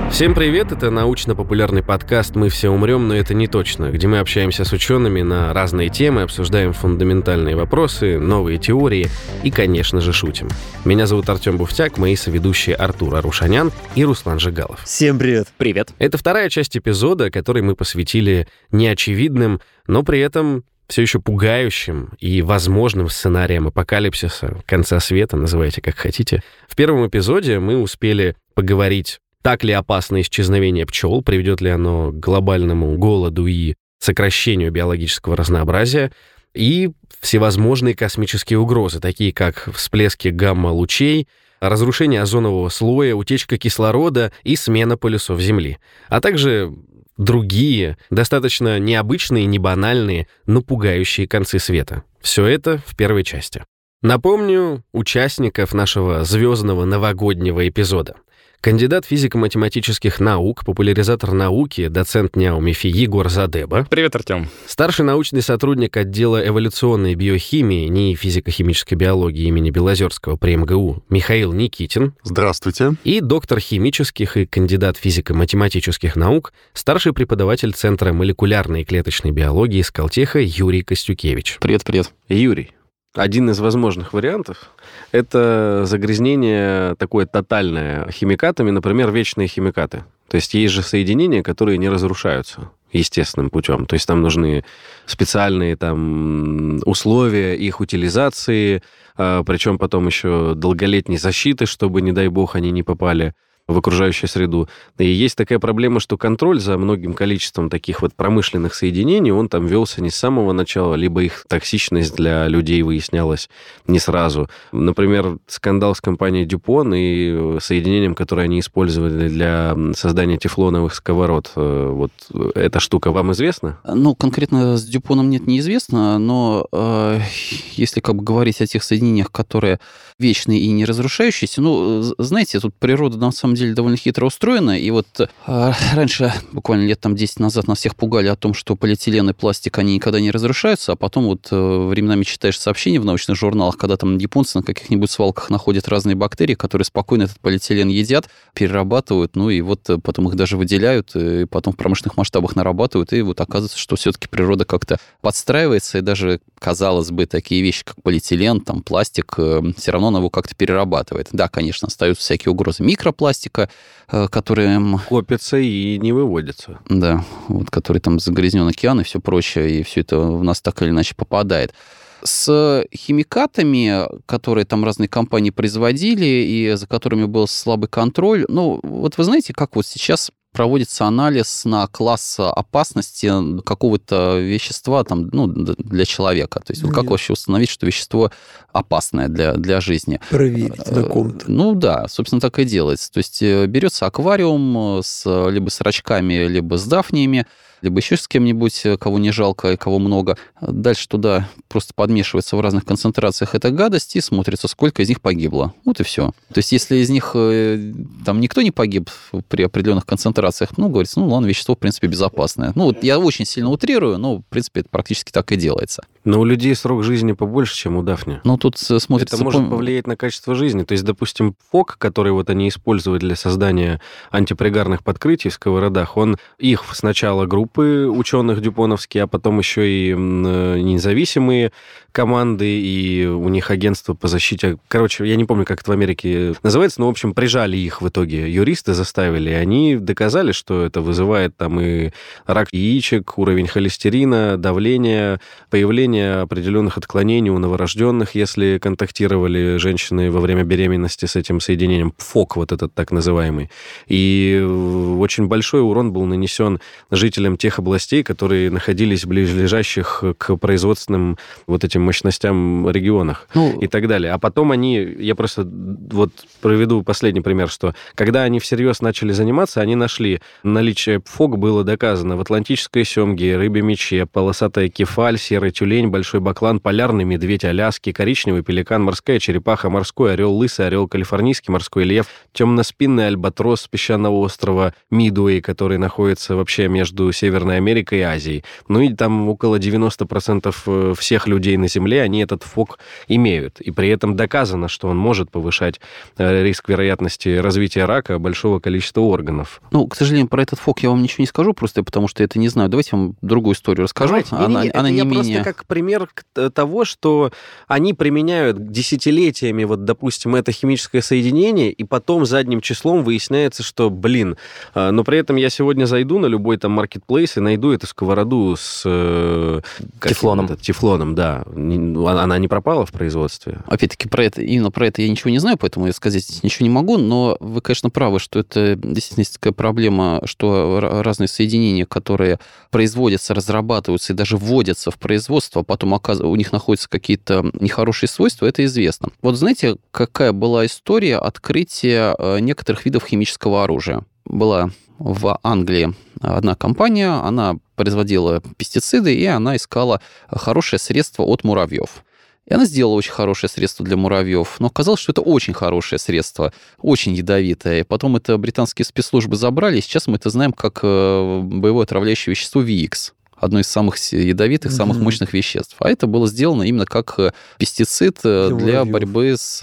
Всем привет, это научно-популярный подкаст «Мы все умрем, но это не точно», где мы общаемся с учеными на разные темы, обсуждаем фундаментальные вопросы, новые теории и, конечно же, шутим. Меня зовут Артем Буфтяк, мои соведущие Артур Арушанян и Руслан Жигалов. Всем привет. Привет. Это вторая часть эпизода, который мы посвятили неочевидным, но при этом все еще пугающим и возможным сценариям апокалипсиса, конца света, называйте как хотите. В первом эпизоде мы успели поговорить, так ли опасно исчезновение пчел, приведет ли оно к глобальному голоду и сокращению биологического разнообразия, и всевозможные космические угрозы, такие как всплески гамма-лучей, разрушение озонового слоя, утечка кислорода и смена полюсов Земли, а также другие, достаточно необычные, не банальные, но пугающие концы света. Все это в первой части. Напомню участников нашего звездного новогоднего эпизода. Кандидат физико-математических наук, популяризатор науки, доцент НЯУ МИФИ Егор Задеба. Привет, Артем. Старший научный сотрудник отдела эволюционной биохимии НИИ физико-химической биологии имени Белозерского при МГУ Михаил Никитин. Здравствуйте. И доктор химических и кандидат физико-математических наук, старший преподаватель Центра молекулярной и клеточной биологии Скалтеха Юрий Костюкевич. Привет. Юрий. Один из возможных вариантов – это загрязнение такое тотальное химикатами, например, вечные химикаты. То есть же которые не разрушаются естественным путем. То есть там нужны специальные условия их утилизации, причем потом еще долголетней защиты, чтобы, не дай бог, они не попали в окружающую среду. И есть такая проблема, что контроль за многим количеством таких промышленных соединений, он там велся не с самого начала, либо их токсичность для людей выяснялась не сразу. Например, скандал с компанией Дюпон и соединением, которое они использовали для создания тефлоновых сковород. Вот эта штука вам известна? Конкретно с Дюпоном нет, неизвестно, но если говорить о тех соединениях, которые вечные и не разрушающиеся, знаете, тут природа на самом деле довольно хитро устроена, и раньше, буквально лет 10 назад, нас всех пугали о том, что полиэтилен и пластик, они никогда не разрушаются, а потом временами читаешь сообщения в научных журналах, когда японцы на каких-нибудь свалках находят разные бактерии, которые спокойно этот полиэтилен едят, перерабатывают, потом их даже выделяют, и потом в промышленных масштабах нарабатывают, и оказывается, что все-таки природа как-то подстраивается, и даже, казалось бы, такие вещи, как полиэтилен, пластик, все равно она его как-то перерабатывает. Да, конечно, остаются всякие угрозы микропластика, которые копятся и не выводятся. Да, который загрязнен океан и все прочее, и все это в нас так или иначе попадает. С химикатами, которые разные компании производили и за которыми был слабый контроль, вы знаете, как сейчас проводится анализ на класс опасности какого-то вещества для человека. То есть как вообще установить, что вещество опасное для жизни? Проверить на ком-то. Да, собственно, так и делается. То есть берется аквариум либо с рачками, либо с дафниями, либо еще с кем-нибудь, кого не жалко и кого много. Дальше туда просто подмешивается в разных концентрациях эта гадость и смотрится, сколько из них погибло. И все. То есть если из них никто не погиб при определенных концентрациях, говорится, ладно, вещество, в принципе, безопасное. Я очень сильно утрирую, но, в принципе, это практически так и делается. Но у людей срок жизни побольше, чем у дафни. Тут смотрится... Это может повлиять на качество жизни. То есть, допустим, фок, который они используют для создания антипригарных подкрытий в сковородах, их сначала группы ученых дюпоновские, а потом еще и независимые команды, и у них агентство по защите... я не помню, как это в Америке называется, но, в общем, прижали их в итоге. Юристы заставили, и они доказали, что это вызывает и рак яичек, уровень холестерина, давление, появление определенных отклонений у новорожденных, если контактировали женщины во время беременности с этим соединением, ФОК этот так называемый. И очень большой урон был нанесен жителям тех областей, которые находились в близлежащих к производственным этим мощностям регионах и так далее. А потом я просто проведу последний пример, что когда они всерьез начали заниматься, они нашли наличие ФОК было доказано в атлантической семге, рыбе мече, полосатая кефаль, серый тюлень, большой баклан, полярный медведь Аляски, коричневый пеликан, морская черепаха, морской орел, лысый орел, калифорнийский морской лев, темноспинный альбатрос с песчаного острова Мидуэй, который находится вообще между Северным Северной Америкой и Азией. Ну и там около 90% всех людей на Земле, они этот ФОК имеют. И при этом доказано, что он может повышать риск вероятности развития рака большого количества органов. Ну, к сожалению, про этот ФОК я вам ничего не скажу, просто потому что это не знаю. Давайте я вам другую историю расскажу. Она не менее... просто как пример того, что они применяют десятилетиями, вот, допустим, это химическое соединение, и потом задним числом выясняется, что, но при этом я сегодня зайду на любой там маркетплейс и найду эту сковороду с... Тефлоном. Тефлоном, да. Она не пропала в производстве. Опять-таки, именно про это я ничего не знаю, поэтому я сказать здесь ничего не могу, но вы, конечно, правы, что это действительно такая проблема, что разные соединения, которые производятся, разрабатываются и даже вводятся в производство, а потом у них находятся какие-то нехорошие свойства, это известно. Вот знаете, какая была история открытия некоторых видов химического оружия? Была в Англии одна компания, она производила пестициды, и она искала хорошее средство от муравьев. И она сделала очень хорошее средство для муравьев, но оказалось, что это очень хорошее средство, очень ядовитое. И потом это британские спецслужбы забрали, и сейчас мы это знаем как боевое отравляющее вещество VX. Одно из самых ядовитых, самых мощных веществ. А это было сделано именно как пестицид для борьбы с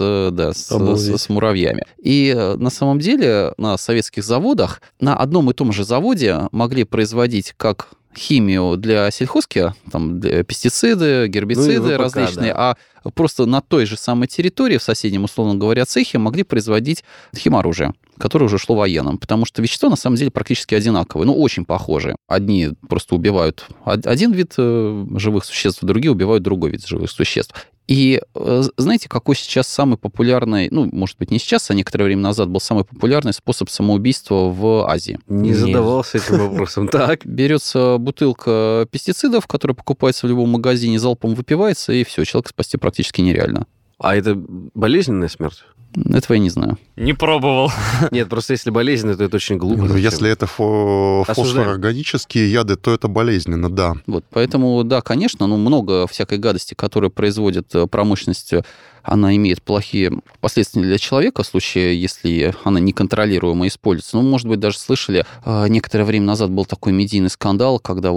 муравьями. И на самом деле на советских заводах на одном и том же заводе могли производить как химию для сельхозки, там пестициды, гербициды различные, да. А просто на той же самой территории, в соседнем, условно говоря, цехе могли производить химоружие, которое уже шло военным, потому что вещества на самом деле практически одинаковые, очень похожие. Одни просто убивают один вид живых существ, другие убивают другой вид живых существ. И знаете, какой сейчас самый популярный, может быть, не сейчас, а некоторое время назад был самый популярный способ самоубийства в Азии? Не задавался этим вопросом. Так. Берется бутылка пестицидов, которая покупается в любом магазине, залпом выпивается, и все, человека спасти практически нереально. А это болезненная смерть? Этого я не знаю. Не пробовал. Нет, просто если болезненно, то это очень глупо. Если это фосфорорганические яды, то это болезненно, да. Вот, поэтому, да, конечно, много всякой гадости, которую производит промышленность, она имеет плохие последствия для человека в случае, если она неконтролируемо используется. Может быть, даже слышали, некоторое время назад был такой медийный скандал, когда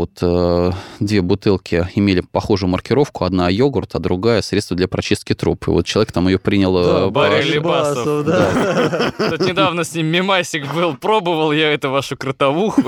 две бутылки имели похожую маркировку, одна йогурт, а другая средство для прочистки труб. И человек там ее принял... Барри Лебасов, да. Тут недавно с ним мемасик был, пробовал я эту вашу кротовуху.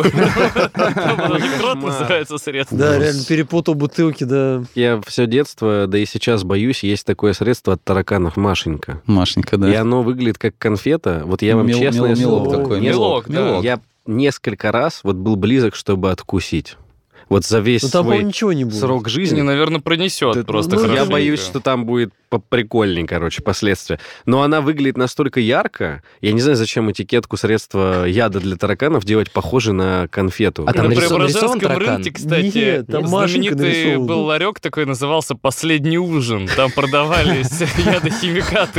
Крот называется средство. Да, реально перепутал бутылки, да. Я все детство, да и сейчас боюсь, есть такое средство от тараканов Машенька. Машенька, да. И оно выглядит как конфета. Вот я вам честно... Мелок такой. Мелок, да. Я несколько раз был близок, чтобы откусить. Вот за весь свой ничего не будет. Срок жизни... наверное, пронесет просто хорошо. Я боюсь, что там будет поприкольней, последствия. Но она выглядит настолько ярко. Я не знаю, зачем этикетку средства яда для тараканов делать похожей на конфету. А там на Преображенском рынке, кстати, Нет, там знаменитый был ларек такой, назывался «Последний ужин». Там продавались ядохимикаты.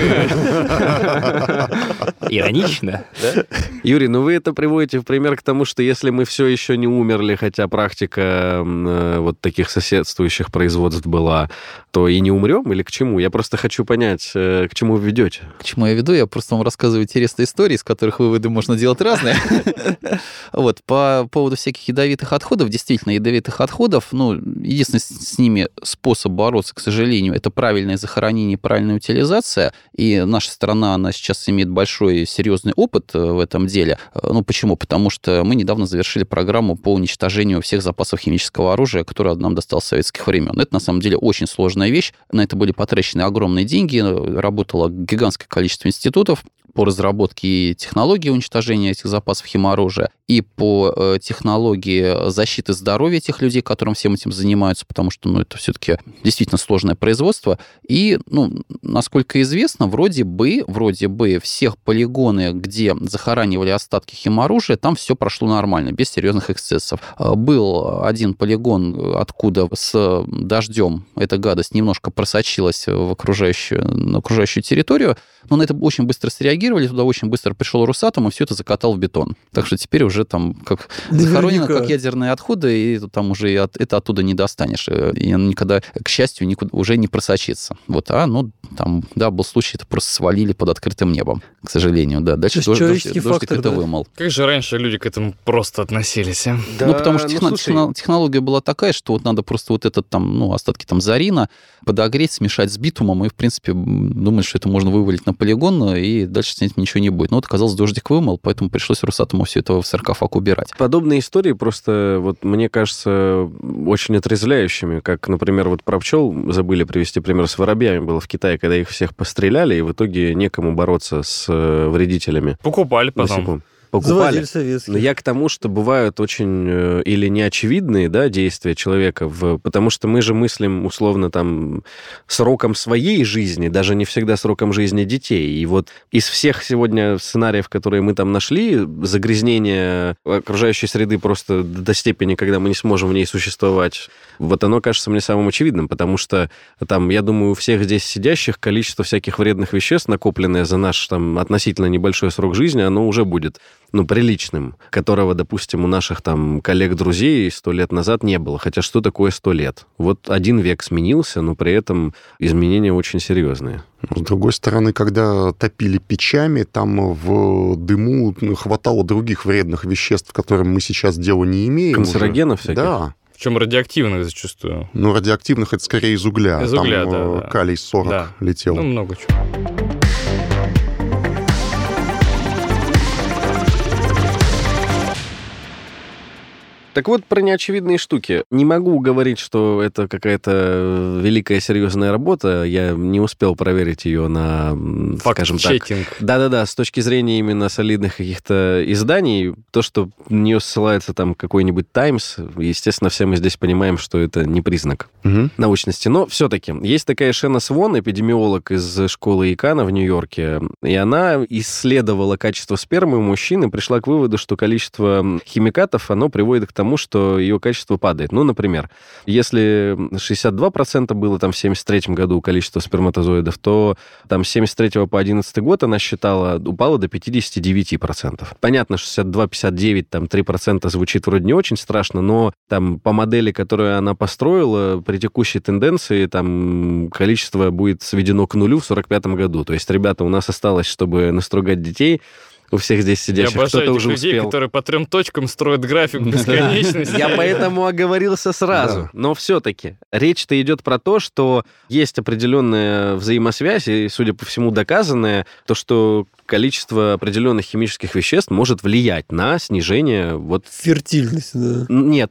Иронично, да? Юрий, вы это приводите в пример к тому, что если мы все еще не умерли, хотя практика вот таких соседствующих производств была, то и не умрем или к чему? Я просто хочу понять, к чему вы ведете. К чему я веду? Я просто вам рассказываю интересные истории, из которых выводы можно делать разные. По поводу всяких ядовитых отходов, действительно, ядовитых отходов, единственный с ними способ бороться, к сожалению, это правильное захоронение, правильная утилизация. И наша страна, она сейчас имеет большой серьезный опыт в этом деле. Почему? Потому что мы недавно завершили программу по уничтожению всех запасов химического оружия, которое нам досталось с советских времен. Это, на самом деле, очень сложная вещь. На это были потрачены огромные деньги. Работало гигантское количество институтов по разработке и технологии уничтожения этих запасов химоружия, и по технологии защиты здоровья тех людей, которым всем этим занимаются, потому что это все-таки действительно сложное производство. И, насколько известно, вроде бы всех полигоны, где захоранивали остатки химоружия, там все прошло нормально, без серьезных эксцессов. Был один полигон, откуда с дождем эта гадость немножко просочилась на окружающую территорию, но на это очень быстро среагировали, отреагировали, туда очень быстро пришел Росатом и все это закатал в бетон. Так что теперь уже там как захоронено, как ядерные отходы, и там уже это оттуда не достанешь. И оно никогда, к счастью, никуда уже не просочится. Вот, там, да, был случай, это просто свалили под открытым небом, к сожалению, да. Дальше дождик это вымыл. Как же раньше люди к этому просто относились, а? Да, потому что технология была такая, что вот надо просто вот этот там, остатки там зарина подогреть, смешать с битумом, и, в принципе, думать, что это можно вывалить на полигон, и дальше с этим ничего не будет. Но вот, оказалось, дождик вымыл, поэтому пришлось Росатому все это в саркофаг убирать. Подобные истории просто, вот мне кажется, очень отрезвляющими, как, например, вот про пчел забыли привести пример с воробьями было в Китае, когда их всех постреляли, и в итоге некому бороться с вредителями. Покупали потом. Покупали. Но я к тому, что бывают очень или неочевидные, да, действия человека, потому что мы же мыслим условно там сроком своей жизни, даже не всегда сроком жизни детей. И вот из всех сегодня сценариев, которые мы там нашли, загрязнение окружающей среды просто до степени, когда мы не сможем в ней существовать, вот оно кажется мне самым очевидным, потому что там, я думаю, у всех здесь сидящих количество всяких вредных веществ, накопленное за наш там относительно небольшой срок жизни, оно уже будет приличным, которого, допустим, у наших там коллег-друзей 100 лет назад не было. Хотя что такое 100 лет? Вот 1 век сменился, но при этом изменения очень серьезные. С другой стороны, когда топили печами, там в дыму хватало других вредных веществ, к которым мы сейчас дела не имеем. Канцерогенов всяких? Да. Причем радиоактивных зачастую. Радиоактивных это скорее из угля. Из угля, там, да. Калий-40 летел. Много чего. Так вот, про неочевидные штуки. Не могу говорить, что это какая-то великая серьезная работа. Я не успел проверить ее на, скажем так... Факт-чекинг. Да-да-да, с точки зрения именно солидных каких-то изданий, то, что на нее ссылается там какой-нибудь «Таймс», естественно, все мы здесь понимаем, что это не признак научности. Но все-таки есть такая Шена Свон, эпидемиолог из школы Икана в Нью-Йорке, и она исследовала качество спермы у мужчин и пришла к выводу, что количество химикатов, оно приводит к тому, что ее качество падает. Например, если 62% было там в 1973 году количество сперматозоидов, то там с 1973 по 2011 год она считала, упала до 59%. Понятно, 62-59, там 3% звучит вроде не очень страшно, но там по модели, которую она построила, при текущей тенденции там количество будет сведено к нулю в 1945 году. То есть, ребята, у нас осталось, чтобы настругать детей, у всех здесь сидящих кто-то уже людей, успел. Которые по 3 точкам строят график бесконечности. Я поэтому оговорился сразу. Но все-таки речь-то идет про то, что есть определенная взаимосвязь, и, судя по всему, доказанная, то, что количество определенных химических веществ может влиять на снижение фертильности, да. Нет,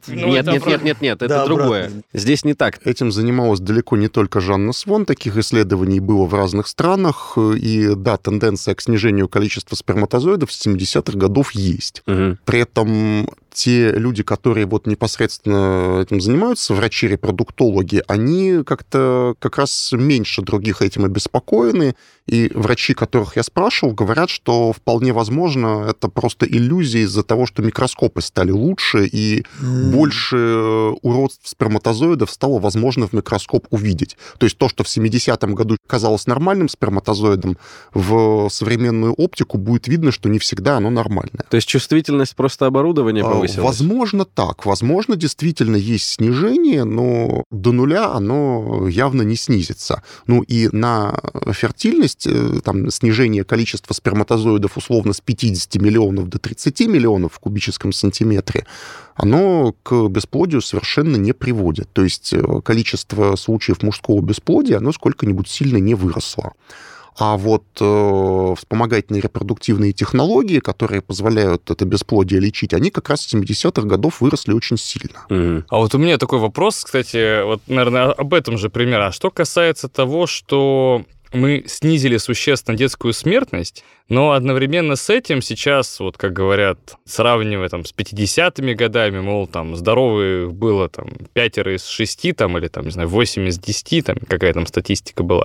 это другое. Здесь не так. Этим занималась далеко не только Жанна Свон, таких исследований было в разных странах, и да, тенденция к снижению количества сперматозоидов с 70-х годов есть. При этом те люди, которые непосредственно этим занимаются, врачи-репродуктологи, они как-то как раз меньше других этим обеспокоены, и врачи, которых я спрашивал, говорят, что вполне возможно, это просто иллюзия из-за того, что микроскопы стали лучше, и больше уродств сперматозоидов стало возможно в микроскоп увидеть. То есть то, что в 70-м году казалось нормальным сперматозоидом, в современную оптику будет видно, что не всегда оно нормальное. То есть чувствительность просто оборудования повысилась? Возможно, так. Возможно, действительно есть снижение, но до нуля оно явно не снизится. И на фертильность, там, снижение количества сперматозоидов условно с 50 миллионов до 30 миллионов в кубическом сантиметре, оно к бесплодию совершенно не приводит. То есть количество случаев мужского бесплодия, оно сколько-нибудь сильно не выросло. А вспомогательные репродуктивные технологии, которые позволяют это бесплодие лечить, они как раз с 70-х годов выросли очень сильно. А у меня такой вопрос, кстати, наверное, об этом же пример. А что касается того, что мы снизили существенно детскую смертность, но одновременно с этим сейчас, как говорят, сравнивая с 50-ми годами, мол, там здоровых было 5 из 6, или 8 из 10, какая там статистика была.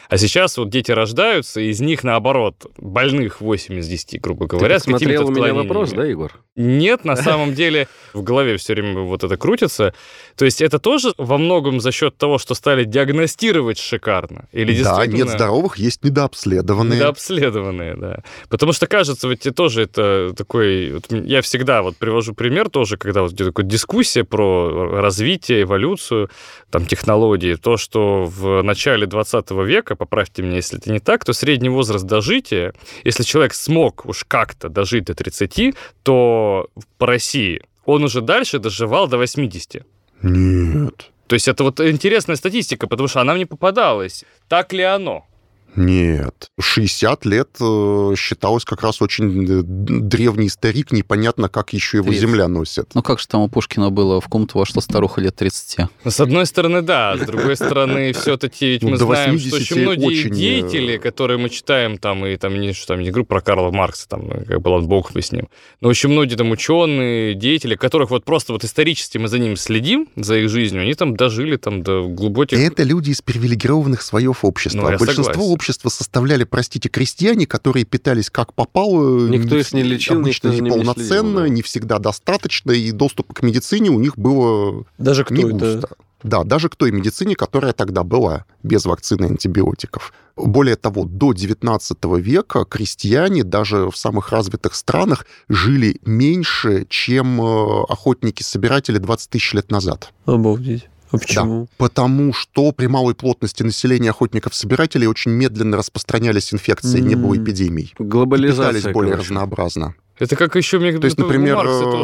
А сейчас вот дети рождаются, и из них, наоборот, больных 8 из 10, грубо говоря. Ты смотрел у меня вопрос, да, Егор? Нет, на самом деле в голове все время вот это крутится. То есть это тоже во многом за счет того, что стали диагностировать шикарно? Или да, нет здоровых, есть недообследованные. Недообследованные, да. Потому что, кажется, ведь тоже это такой... Вот я всегда вот привожу пример тоже, когда вот идет такая дискуссия про развитие, эволюцию, там, технологии. То, что в начале 20 века, поправьте меня, если это не так, то средний возраст дожития, если человек смог уж как-то дожить до 30, то по России он уже дальше доживал до 80. Нет. То есть это вот интересная статистика, потому что она мне попадалась. Так ли оно? Нет. 60 лет считалось как раз очень древний старик, непонятно, как еще его земля носит. Ну как же там у Пушкина было, в комнату вошла старуха лет 30? Ну, с одной стороны, да. С другой стороны, все-таки мы знаем, что очень многие деятели, которые мы читаем, там, и там не говорю про Карла Маркса, там, как был он, бог бы с ним, но очень многие там ученые, деятели, которых вот просто вот исторически мы за ними следим, за их жизнью, они там дожили там до глубоких... Это люди из привилегированных слоев общества. Ну, большинство общества составляли, простите, крестьяне, которые питались как попало. Никто их не лечил, обычно неполноценно, не всегда достаточно, и доступа к медицине у них было даже не густо. Да, даже к той медицине, которая тогда была, без вакцины и антибиотиков. Более того, до 19 века крестьяне даже в самых развитых странах жили меньше, чем охотники-собиратели 20 тысяч лет назад. Обалдеть. А почему? Да, потому что при малой плотности населения охотников-собирателей очень медленно распространялись инфекции, не было эпидемий. Глобализация. Питались более разнообразно. Это как еще, мне кажется, то есть, например,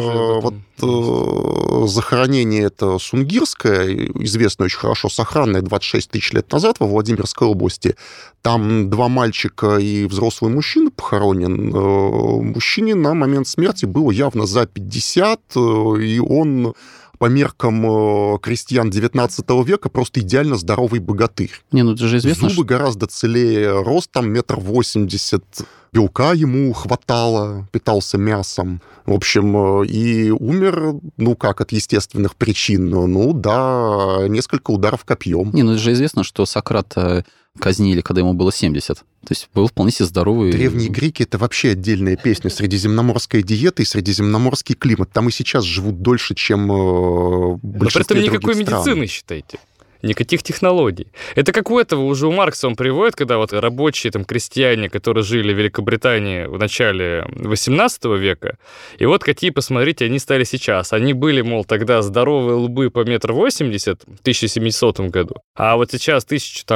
вот захоронение это Сунгирское, известное очень хорошо, сохранное 26 тысяч лет назад во Владимирской области. Там 2 мальчика и взрослый мужчина похоронен. Мужчине на момент смерти было явно за 50, и он... по меркам крестьян 19 века просто идеально здоровый богатырь. Не, ну это же известно. Зубы гораздо целее, рост там 1,80 м, белка ему хватало, питался мясом. В общем, и умер, ну как, от естественных причин. Ну да, несколько ударов копьем. Не, ну это же известно, что Сократа казнили, когда ему было 70. То есть был вполне себе здоровый... Древние греки — это вообще отдельная песня. Средиземноморская диета и средиземноморский климат. Там и сейчас живут дольше, чем большинство других никакой стран. Медицины, считайте. Никаких технологий. Это как у этого уже у Маркса он приводит, когда вот рабочие там крестьяне, которые жили в Великобритании в начале 18 века, и вот какие, посмотрите, они стали сейчас. Они были, мол, тогда здоровые лбы по 1,80 м в 1700 году, а вот сейчас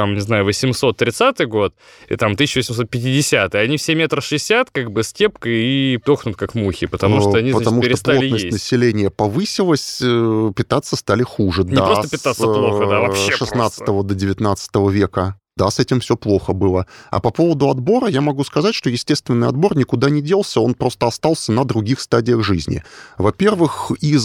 1830 год и там 1850, и они все 1,60 м как бы с кепкой и дохнут как мухи, потому что они, потому перестали что плотность есть. Населения повысилась, питаться стали хуже. Не просто питаться плохо, да, вообще 16 до 19 века. Да, с этим все плохо было. А по поводу отбора я могу сказать, что естественный отбор никуда не делся, он просто остался на других стадиях жизни. Во-первых, из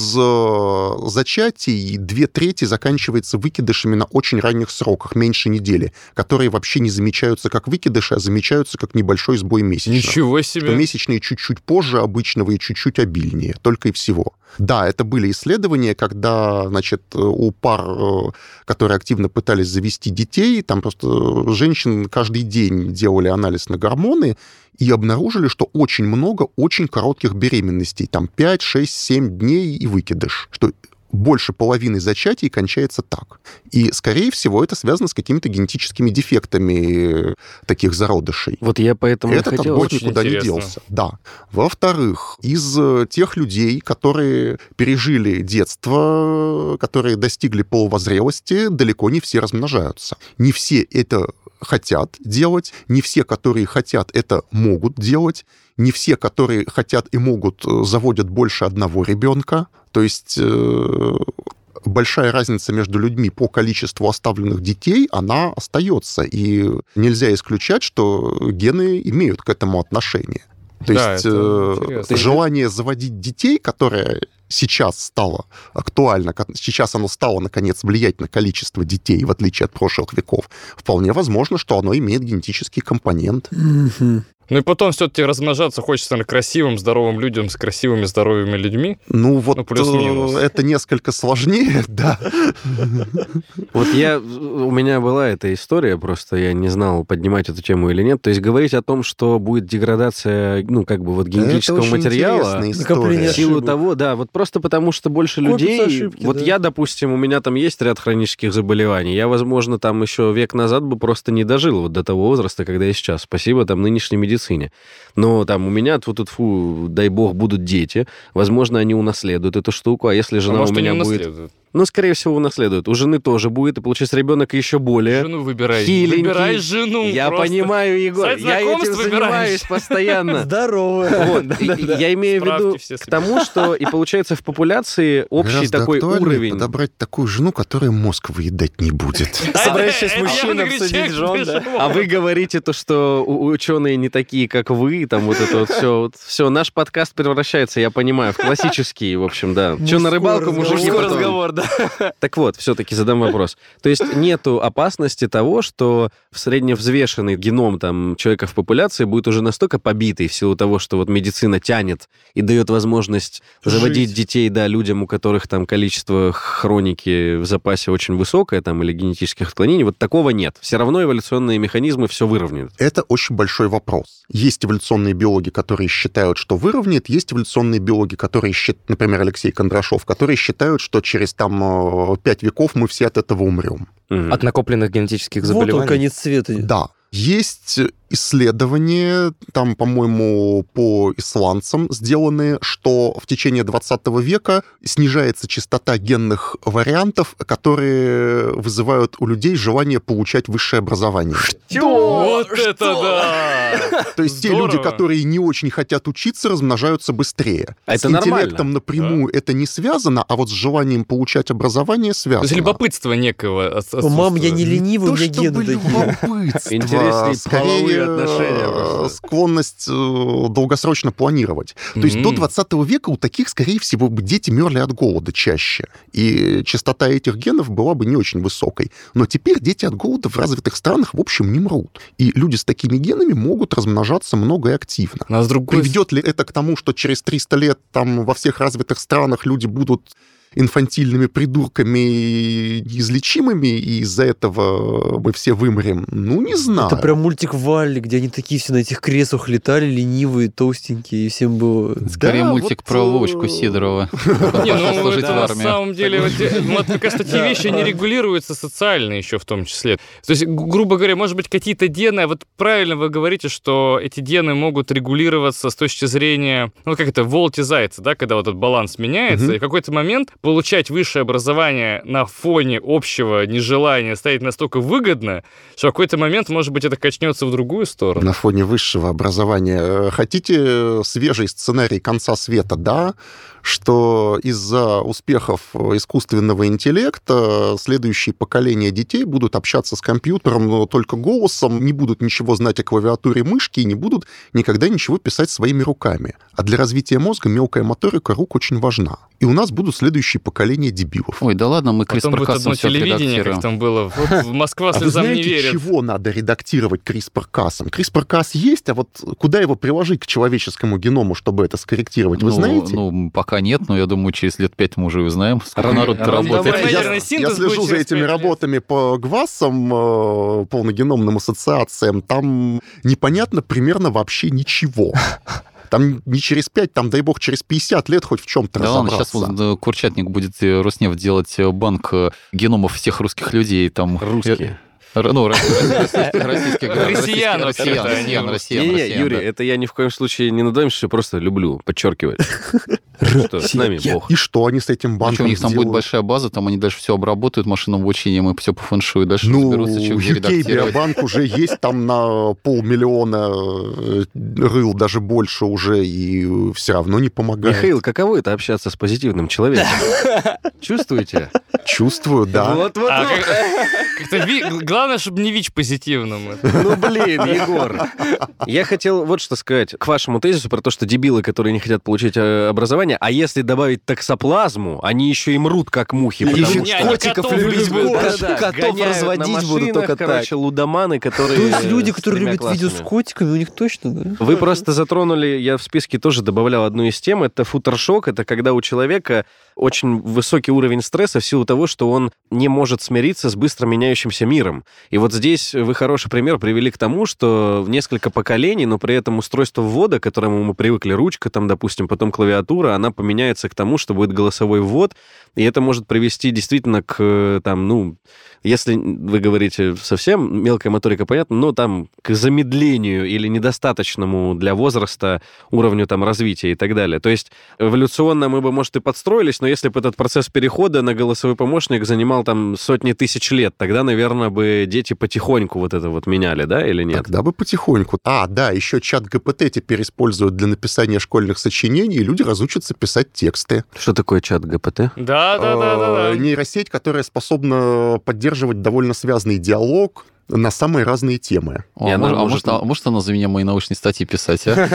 зачатий 2/3 заканчивается выкидышами на очень ранних сроках, меньше недели, которые вообще не замечаются как выкидыши, а замечаются как небольшой сбой месячных. Ничего себе! Что месячные чуть-чуть позже обычного и чуть-чуть обильнее, только и всего. Да, это были исследования, когда, значит, у пар, которые активно пытались завести детей, там просто женщин каждый день делали анализ на гормоны и обнаружили, что очень много очень коротких беременностей, там 5, 6, 7 дней и выкидыш, что больше половины зачатий кончается так. И, скорее всего, это связано с какими-то генетическими дефектами таких зародышей. Вот я поэтому этот отбор никуда не делся. Да. Во-вторых, из тех людей, которые пережили детство, которые достигли полувозрелости, далеко не все размножаются. Не все это хотят делать, не все, которые хотят, это могут делать, не все, которые хотят и могут, заводят больше одного ребенка. То есть большая разница между людьми по количеству оставленных детей, она остается. И нельзя исключать, что гены имеют к этому отношение. То есть желание заводить детей, которое сейчас стало актуально, сейчас оно стало, наконец, влиять на количество детей, в отличие от прошлых веков, вполне возможно, что оно имеет генетический компонент. Ну и потом все-таки размножаться хочется на красивым, здоровым людям с красивыми, здоровыми людьми. Ну вот плюс-минус. Это несколько сложнее, да. Вот у меня была эта история, просто я не знал, поднимать эту тему или нет. То есть говорить о том, что будет деградация, ну, как бы вот генетического материала, в силу того, да, вот просто потому, что больше людей... Ошибки, вот да. я, допустим, у меня там есть ряд хронических заболеваний. Я, возможно, там еще век назад бы просто не дожил вот до того возраста, когда я сейчас. Спасибо там нынешней медицине. Но там у меня, тьфу-тьфу, дай бог, будут дети. Возможно, они унаследуют эту штуку. А если жена у меня будет... Ну, скорее всего, унаследует. У жены тоже будет, и получается ребенок еще более жену выбирай. хиленький. Выбирай жену. Я просто. понимаю, Егор. Сайт Я этим знакомств занимаюсь постоянно. Здорово. Вот. Я имею в виду к тому, что и получается в популяции общий такой уровень. Подобрать такую жену, которая мозг выедать не будет. Собираешься с Это мужчиной явно обсудить кричак жен, да? живот. А вы говорите то, что ученые не такие, как вы, там вот это вот все. Вот все, наш подкаст превращается, я понимаю, в классический, в общем, да. Че на рыбалку, мужики Мужской потом. разговор, да. Так вот, все-таки задам вопрос. То есть нету опасности того, что средневзвешенный геном там человека в популяции будет уже настолько побитый в силу того, что вот медицина тянет и дает возможность заводить детей, да, людям, у которых там количество хроники в запасе очень высокое, там, или генетических отклонений, вот такого нет. Все равно эволюционные механизмы все выровняют. Это очень большой вопрос. Есть эволюционные биологи, которые считают, что выровняет, есть эволюционные биологи, которые считают, например, Алексей Кондрашов, которые считают, что через там 5 веков мы все от этого умрем. От накопленных генетических Вот заболеваний. он, конец света. Да. Есть исследования, там, по-моему, по исландцам сделаны, что в течение 20 века снижается частота генных вариантов, которые вызывают у людей желание получать высшее образование. Вот это да! То есть те люди, которые не очень хотят учиться, размножаются быстрее. Это с интеллектом нормально. напрямую это не связано, а вот с желанием получать образование То связано. есть любопытство некого отсутствует. Мам, я не ленивый, у меня гены такие. любопытство. Интересные половые отношения просто. Склонность долгосрочно планировать. То есть до 20 века у таких, скорее всего, бы дети мерли от голода чаще. И частота этих генов была бы не очень высокой. Но теперь дети от голода в развитых странах, в общем, не мрут. И люди с такими генами могут размножаться много и активно. А с другой Приведет ли это к тому, что через 300 лет там во всех развитых странах люди будут инфантильными придурками и неизлечимыми, и из-за этого мы все вымрем? Ну, не знаю. Это прям мультик Валли, где они такие все на этих креслах летали, ленивые, толстенькие, и всем было... Скорее мультик про Вовочку Сидорова. Не, Пошел ну, служить это в на армию. самом деле, вот, мне кажется, такие вещи не регулируются социально еще в том числе. То есть, грубо говоря, может быть, какие-то гены, вот правильно вы говорите, что эти гены могут регулироваться с точки зрения, ну, как это, волки-зайцы, да, когда вот этот баланс меняется, и в какой-то момент получать высшее образование на фоне общего нежелания станет настолько выгодно, что в какой-то момент, может быть, это качнется в другую сторону. На фоне высшего образования. Хотите свежий сценарий конца света? Да, что из-за успехов искусственного интеллекта следующие поколения детей будут общаться с компьютером, но только голосом, не будут ничего знать о клавиатуре мышки и не будут никогда ничего писать своими руками. А для развития мозга мелкая моторика рук очень важна. И у нас будут следующие поколения дебилов. Ой, да ладно, мы Потом будет одно CRISPR-Cas все телевидение, как отредактируем. там было. Вот Москва А вы слезам не знаете, верит. чего надо редактировать CRISPR-Cas? CRISPR-Cas есть, а вот куда его приложить к человеческому геному, чтобы это скорректировать, вы знаете? Ну, пока нет, но я думаю, через лет 5 мы уже узнаем, сколько народу работает. Ядерный Я синтез будет слежу за через этими 5 лет. работами по ГВАСам, полногеномным ассоциациям. Там непонятно примерно вообще ничего. Там не через 5, там, дай бог, через 50 лет хоть в чем-то Да ладно, сейчас разобраться. вот Курчатник будет Роснефть делать банк геномов всех русских людей. Там, Русские. Ну, российских Россиян, вообще-то, россиян, Не, Юрий, да. это я ни в коем случае не надоемся, просто люблю подчеркивать. Что с нами Бог. И что они с этим Ну, что, банком у них там будет сделают? большая база, там они дальше все обработают машинным обучением и все по фэншую, дальше разберутся, что где UK редактировать. Биобанк уже есть там на 500 000 рыл, даже больше уже, и все равно не помогает. Михаил, каково это общаться с позитивным человеком? Чувствуете? Чувствую, да. Вот. А главное, чтобы не ВИЧ позитивным. Ну, блин, Егор. Я хотел вот что сказать к вашему тезису про то, что дебилы, которые не хотят получить образование, Не-не, а если добавить токсоплазму, они еще и мрут, как мухи. Еще котиков любить будут. Котов разводить будут только так. Короче, лудоманы, которые... То есть люди, которые любят видео с котиками, у них точно, да? Вы просто затронули, я в списке тоже добавлял одну из тем, это футершок, это когда у человека очень высокий уровень стресса в силу того, что он не может смириться с быстро меняющимся миром. И вот здесь вы хороший пример привели к тому, что в несколько поколений, но при этом устройство ввода, к которому мы привыкли, ручка, там, допустим, потом клавиатура, она поменяется к тому, что будет голосовой ввод, и это может привести действительно к, там, ну, если вы говорите совсем, мелкая моторика, понятно, но там к замедлению или недостаточному для возраста уровню там развития и так далее. То есть эволюционно мы бы, может, и подстроились, но если бы этот процесс перехода на голосовой помощник занимал там сотни тысяч лет, тогда, наверное, бы дети потихоньку вот это вот меняли, да, или нет? Тогда бы потихоньку. Да, еще чат ГПТ теперь используют для написания школьных сочинений, и люди разучатся писать тексты. Что такое чат ГПТ? Да. Нейросеть, которая способна поддерживать довольно связанный диалог на самые разные темы. Может она за меня мои научные статьи писать, а?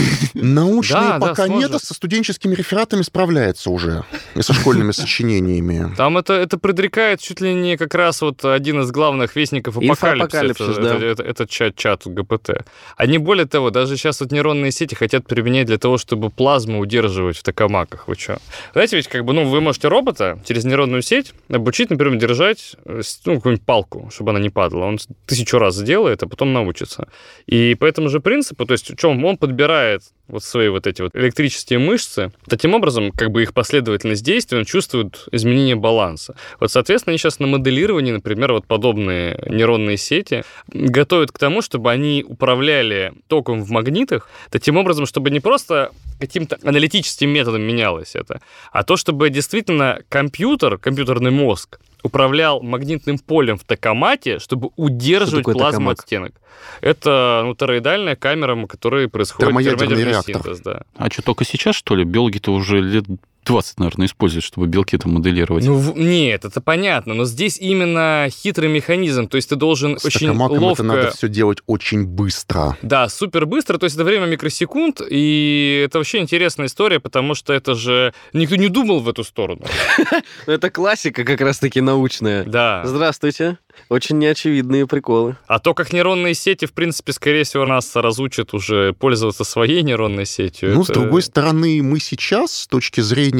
Научные пока нет, а со студенческими рефератами справляется уже. И со школьными сочинениями. Там это предрекает чуть ли не как раз вот один из главных вестников апокалипсиса. Это чат ГПТ. Они, более того, даже сейчас вот нейронные сети хотят применять для того, чтобы плазму удерживать в токамаках. Вы что? Знаете, ведь вы можете робота через нейронную сеть обучить, например, держать какую-нибудь палку, чтобы она не падала. Он 1000 раз сделает, а потом научится. И по этому же принципу, то есть он подбирает вот свои вот эти вот электрические мышцы, таким образом, как бы их последовательность действий, он чувствует изменение баланса. Вот, соответственно, они сейчас на моделировании, например, вот подобные нейронные сети готовят к тому, чтобы они управляли током в магнитах, таким образом, чтобы не просто каким-то аналитическим методом менялось это, а то, чтобы действительно компьютерный мозг управлял магнитным полем в токамаке, чтобы удерживать плазмооттенок. Это тороидальная камера, в которой происходит термоядерный синтез. Да. А что, только сейчас, что ли? Биологи-то уже лет 20, наверное, используют, чтобы белки там моделировать. Нет, это понятно, но здесь именно хитрый механизм, то есть ты должен очень ловко... это надо все делать очень быстро. Да, супер быстро, то есть это время микросекунд, и это вообще интересная история, потому что это же... Никто не думал в эту сторону. Это классика как раз-таки научная. Да. Здравствуйте. Очень неочевидные приколы. А то, как нейронные сети, в принципе, скорее всего, нас разучат уже пользоваться своей нейронной сетью. С другой стороны, мы сейчас, с точки зрения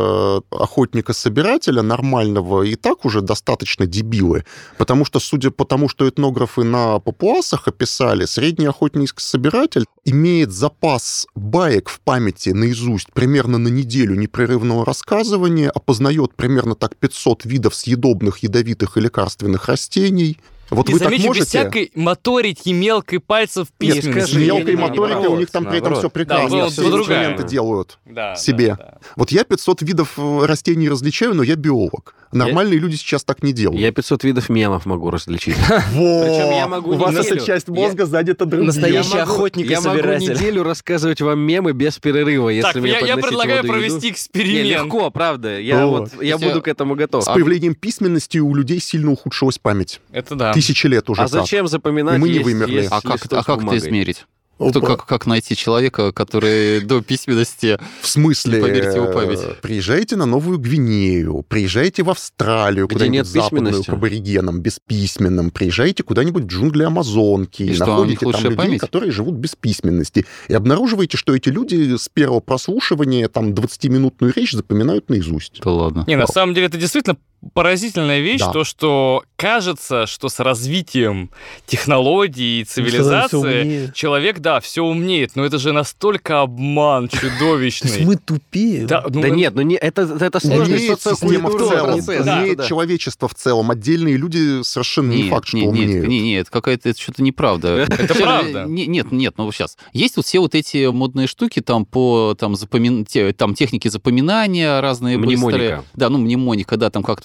охотника-собирателя нормального, и так уже достаточно дебилы. Потому что, судя по тому, что этнографы на папуасах описали, средний охотник-собиратель имеет запас баек в памяти наизусть примерно на неделю непрерывного рассказывания, опознает примерно так 500 видов съедобных, ядовитых и лекарственных растений. Вот и вы замечу, так можете... без всякой моторики мелкой пальцев письменности. Нет, мелкой моторикой у них там при этом все прекрасно. Да, все инструменты делают себе. Да. Вот я 500 видов растений различаю, но я биолог. Нормальные люди сейчас так не делают. Я 500 видов мемов могу различить. Причем я могу у вас эта часть мозга занята другим. Настоящий охотник и Я могу собиратель. неделю рассказывать вам мемы без перерыва, если Так, мне я подносить предлагаю воду и еду. провести эксперимент. Легко, правда. Я буду к этому готов. С появлением письменности у людей сильно ухудшилась память. Это да. 1000 лет уже. А зачем запоминать? И мы не вымерли. А как это измерить? Как найти человека, который до письменности... В смысле? Померить его память. Приезжайте на Новую Гвинею, приезжайте в Австралию, куда-нибудь западную, к аборигенам, бесписьменным, приезжайте куда-нибудь в джунгли Амазонки, и находите там людей, память? которые живут без письменности, и обнаруживаете, что эти люди с первого прослушивания там 20-минутную речь запоминают наизусть. Да ладно. Не, на самом деле это действительно поразительная вещь, то, что кажется, что с развитием технологий и цивилизации человек, все умеет, но это же настолько обман чудовищный. То есть мы тупее? Да нет, это сложный система в целом. процесс. Умеет человечество в целом. Отдельные люди совершенно не факт, что умеют. Нет, какая-то что-то неправда. Это правда. Нет, сейчас. Есть вот все вот эти модные штуки там по технике запоминания разные быстрые. Мнемоника. Да, мнемоника, да, там как-то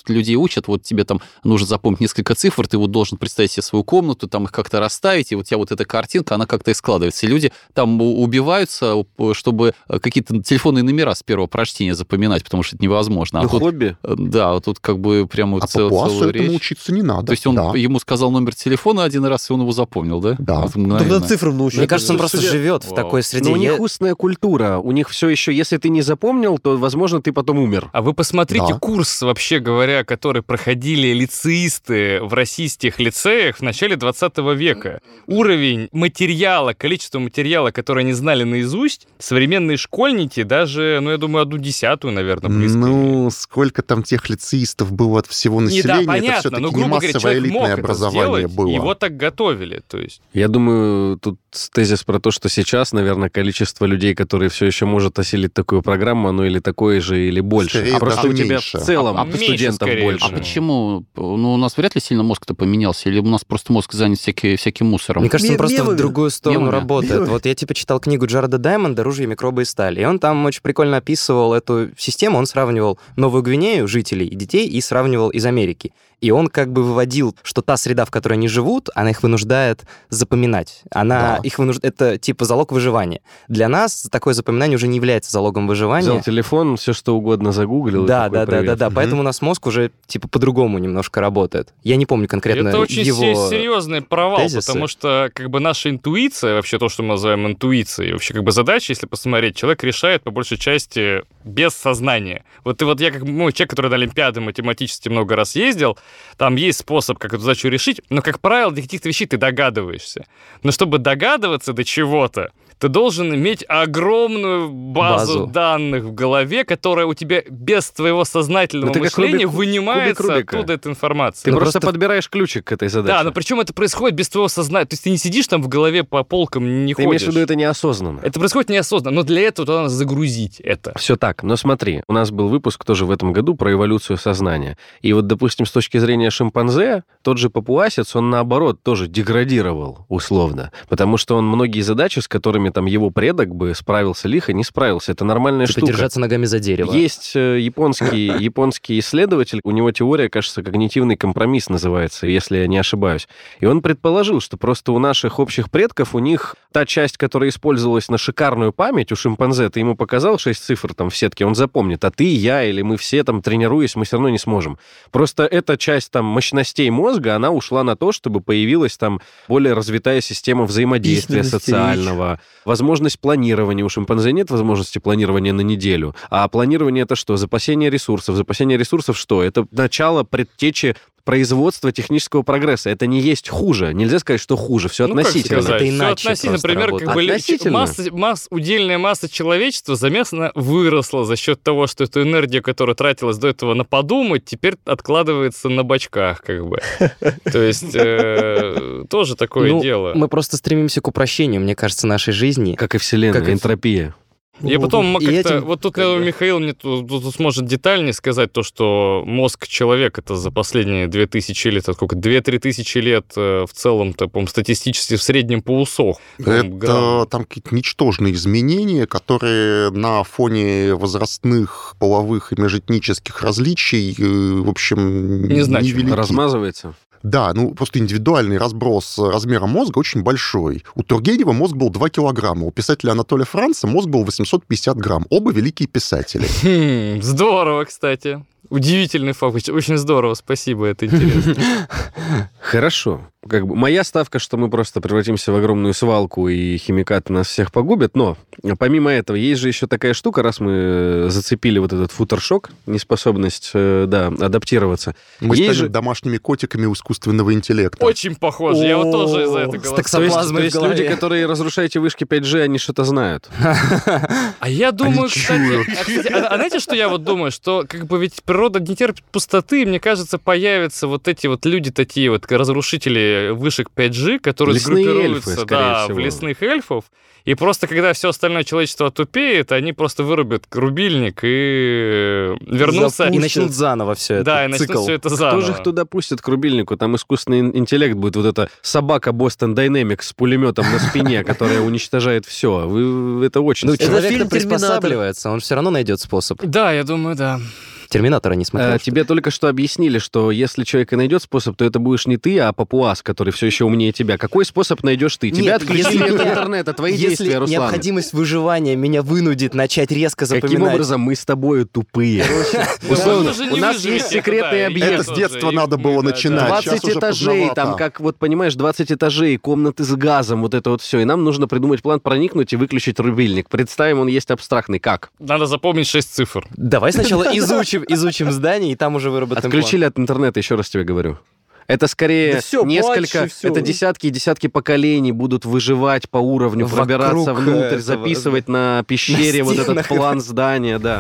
тут людей учат, вот тебе там нужно запомнить несколько цифр, ты вот должен представить себе свою комнату, там их как-то расставить, и вот у тебя вот эта картинка, она как-то и складывается. И люди там убиваются, чтобы какие-то телефонные номера с первого прочтения запоминать, потому что это невозможно. Ну, хобби. Да, вот тут как бы прямо целую речь. Этому учиться не надо. То есть он ему сказал номер телефона один раз, и он его запомнил, да? Да. Вот тогда цифрам научиться. Мне кажется, он просто живет в такой среде. Но у них устная культура. У них все еще, если ты не запомнил, то, возможно, ты потом умер. А вы посмотрите курс, вообще говоря, который проходили лицеисты в российских лицеях в начале 20 века. Уровень материала, количество материала, которое они знали наизусть, современные школьники даже, я думаю, 1/10, наверное, близко. Ну, сколько там тех лицеистов было от всего населения, понятно, это все-таки не грубо говоря, массовое элитное мог образование было. Его так готовили, то есть. Я думаю, тут тезис про то, что сейчас, наверное, количество людей, которые все еще может осилить такую программу, оно или такое же, или больше. Скорее, просто у тебя меньше. в целом студентов больше. А почему? Ну, у нас вряд ли сильно мозг-то поменялся, или у нас просто мозг занят всяким мусором? Мне кажется, он просто в другую сторону работает. Мемами. Вот я читал книгу Джареда Даймонда «Оружие, микробы и сталь», и он там очень прикольно описывал эту систему, он сравнивал Новую Гвинею, жителей и детей, и сравнивал из Америки. И он как бы выводил, что та среда, в которой они живут, она их вынуждает запоминать. Это типа залог выживания. Для нас такое запоминание уже не является залогом выживания. Взял телефон, все что угодно загуглил. Да. Поэтому у нас мозг уже типа по-другому немножко работает. Я не помню конкретно это очень его серьезный провал, тезисы. Потому что как бы наша интуиция, вообще то, что мы называем интуицией, вообще как бы задача, если посмотреть, человек решает по большей части без сознания. Вот я как человек, который на Олимпиады математически много раз ездил, там есть способ, как эту задачу решить, но, как правило, для каких-то вещей ты догадываешься. Но чтобы догадываться до чего-то, ты должен иметь огромную базу данных в голове, которая у тебя без твоего сознательного мышления вынимается оттуда эта информация. Ты просто подбираешь ключик к этой задаче. Да, но причем это происходит без твоего сознания. То есть ты не сидишь там в голове по полкам, не ходишь. Ты имеешь в виду, это неосознанно? Это происходит неосознанно, но для этого надо загрузить это. Все так, но смотри, у нас был выпуск тоже в этом году про эволюцию сознания. И вот, допустим, с точки зрения шимпанзе, тот же папуасец, он наоборот тоже деградировал условно, потому что он многие задачи, с которыми там его предок бы справился лихо, не справился. Это нормальная штука. Держаться ногами за дерево. Есть японский исследователь, у него теория, кажется, когнитивный компромисс называется, если я не ошибаюсь. И он предположил, что просто у наших общих предков, у них та часть, которая использовалась на шикарную память, у шимпанзе, ты ему показал 6 цифр там в сетке, он запомнит, а ты, я или мы все там тренируясь, мы все равно не сможем. Просто эта часть там мощностей мозга, она ушла на то, чтобы появилась там более развитая система взаимодействия социального, возможность планирования. У шимпанзе нет возможности планирования на неделю. А планирование — это что? Запасение ресурсов. Запасение ресурсов что? Это начало предтечи производства технического прогресса. Это не есть хуже. Нельзя сказать, что хуже. Все относительно. Это иначе. Все относительно. Например, как бы удельная масса человечества заметно выросла за счет того, что эту энергию, которая тратилась до этого на подумать, теперь откладывается на бочках, как бы. То есть тоже такое дело. Мы просто стремимся к упрощению, мне кажется, нашей жизни. Как и Вселенная, энтропия. И потом вот тут Михаил мне тут сможет детальнее сказать то, что мозг человека это за последние 2000 лет, 2-3 тысячи лет в целом-то, по-моему, статистически в среднем поусох. Это там какие-то ничтожные изменения, которые на фоне возрастных, половых и межэтнических различий, в общем, невелики. Размазывается. Да, просто индивидуальный разброс размера мозга очень большой. У Тургенева мозг был 2 килограмма, у писателя Анатолия Франца мозг был 850 грамм. Оба великие писатели. Здорово, кстати. Удивительный факт. Очень здорово, спасибо, это интересно. Хорошо. Моя ставка, что мы просто превратимся в огромную свалку, и химикаты нас всех погубят, но помимо этого есть же еще такая штука, раз мы зацепили вот этот футершок, неспособность, адаптироваться. Мы станем домашними котиками искусственного интеллекта. Очень похоже, я вот тоже из-за этого голосую. С токсоплазмой в голове. Люди, которые разрушаете вышки 5G, они что-то знают. А я думаю, кстати, знаете, что я вот думаю, что ведь природа не терпит пустоты, и мне кажется, появятся вот эти вот люди такие вот разрушители вышек 5G, которые сгруппируются в лесных эльфов, и просто когда все остальное человечество отупеет, они просто вырубят рубильник и вернутся... И начнут заново все это. Да, и начнут все это заново. Кто же их туда пустит к рубильнику? Там искусственный интеллект будет, вот эта собака Boston Dynamics с пулеметом на спине, которая уничтожает все. Это очень... Человек приспосабливается, он все равно найдет способ. Да, я думаю, да. Терминатора не смотрел. Тебе только что объяснили, что если человек и найдет способ, то это будешь не ты, а папуас, который все еще умнее тебя. Какой способ найдешь ты? Тебя отключили от интернета, твои действия, Руслан. Если необходимость выживания меня вынудит начать резко запоминать... Каким образом мы с тобой тупые? У нас есть секретный объект. Это с детства надо было начинать. 20 этажей, там, как, вот понимаешь, 20 этажей, комнаты с газом, вот это вот все. И нам нужно придумать план проникнуть и выключить рубильник. Представим, он есть абстрактный. Как? Надо запомнить 6 цифр. Давай сначала изучим здание, и там уже выработаем Отключили от интернета, еще раз тебе говорю. Это скорее несколько, это десятки и десятки поколений будут выживать по уровню, пробираться внутрь, записывать на пещере вот этот план здания, да.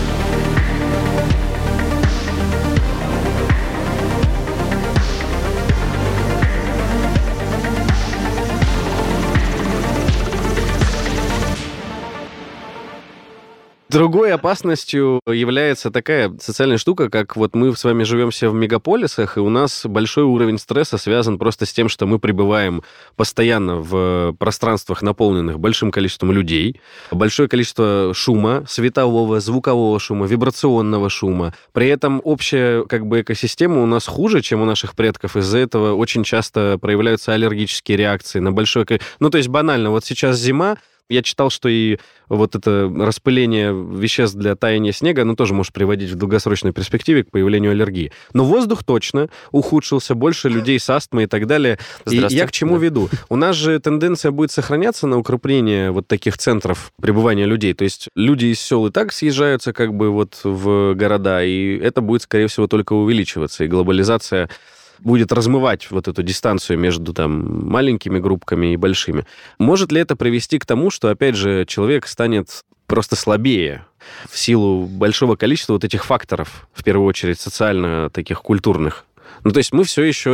Другой опасностью является такая социальная штука, как вот мы с вами живем все в мегаполисах, и у нас большой уровень стресса связан просто с тем, что мы пребываем постоянно в пространствах, наполненных большим количеством людей, большое количество шума, светового, звукового шума, вибрационного шума. При этом общая экосистема у нас хуже, чем у наших предков. Из-за этого очень часто проявляются аллергические реакции на большое количество... Ну, то есть банально, вот сейчас зима, я читал, что и вот это распыление веществ для таяния снега, оно тоже может приводить в долгосрочной перспективе к появлению аллергии. Но воздух точно ухудшился, больше людей с астмой и так далее. И я к чему веду? У нас же тенденция будет сохраняться на укрепление вот таких центров пребывания людей. То есть люди из сел и так съезжаются в города, и это будет, скорее всего, только увеличиваться. И глобализация будет размывать вот эту дистанцию между там маленькими группками и большими. Может ли это привести к тому, что, опять же, человек станет просто слабее в силу большого количества вот этих факторов, в первую очередь социально таких культурных? Ну, то есть мы все еще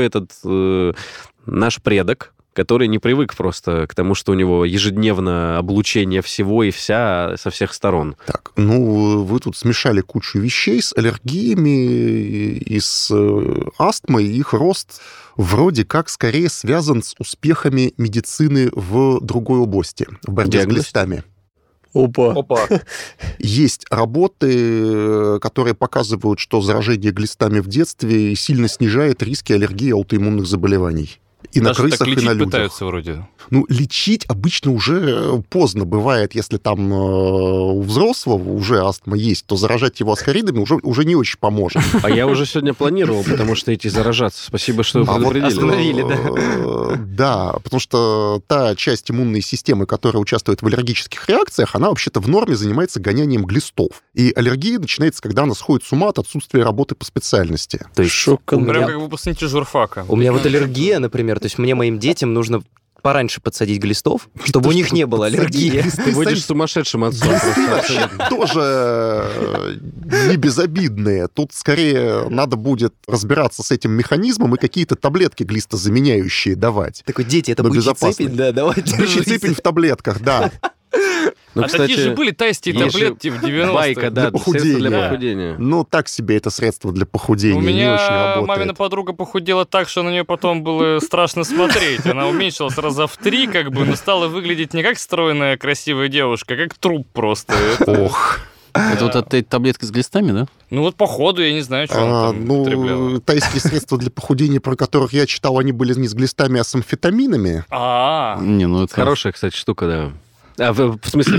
наш предок, который не привык просто к тому, что у него ежедневно облучение всего и вся со всех сторон. Так, вы тут смешали кучу вещей с аллергиями и с астмой. Их рост вроде как скорее связан с успехами медицины в другой области, в борьбе с глистами. Опа. Есть работы, которые показывают, что заражение глистами в детстве сильно снижает риски аллергии и аутоиммунных заболеваний. И даже на крысах, и на людях. Пытаются вроде. Лечить обычно уже поздно бывает. Если там у взрослого уже астма есть, то заражать его асхаридами уже не очень поможет. А я уже сегодня планировал, потому что идти заражаться. Спасибо, что вы предупредили. Остановили, да. Да, потому что та часть иммунной системы, которая участвует в аллергических реакциях, она вообще-то в норме занимается гонянием глистов. И аллергия начинается, когда она сходит с ума от отсутствия работы по специальности. То есть прям как выпускники журфака. У меня вот аллергия, например, то есть мне, моим детям нужно пораньше подсадить глистов, чтобы у них не было аллергии. Ты будешь сумасшедшим отцом. Вообще тоже не безобидные. Тут скорее надо будет разбираться с этим механизмом и какие-то таблетки глистозаменяющие давать. Такой, дети, это бычий-цепень, да, давайте. Бычий-цепень в таблетках, да. Ну, кстати, такие же были тайские таблетки в 90-е. Байка, да, средства для похудения. Ну, так себе это средство для похудения, не очень работает. У меня мамина подруга похудела так, что на нее потом было страшно смотреть. Она уменьшилась раза в 3, но стала выглядеть не как стройная, красивая девушка, а как труп просто. Ох. Это вот от этой таблетки с глистами, да? Ну вот походу, я не знаю, что она там употребляла. Тайские средства для похудения, про которых я читал, они были не с глистами, а с амфетаминами. Не, ну это хорошая, кстати, штука, да. В смысле,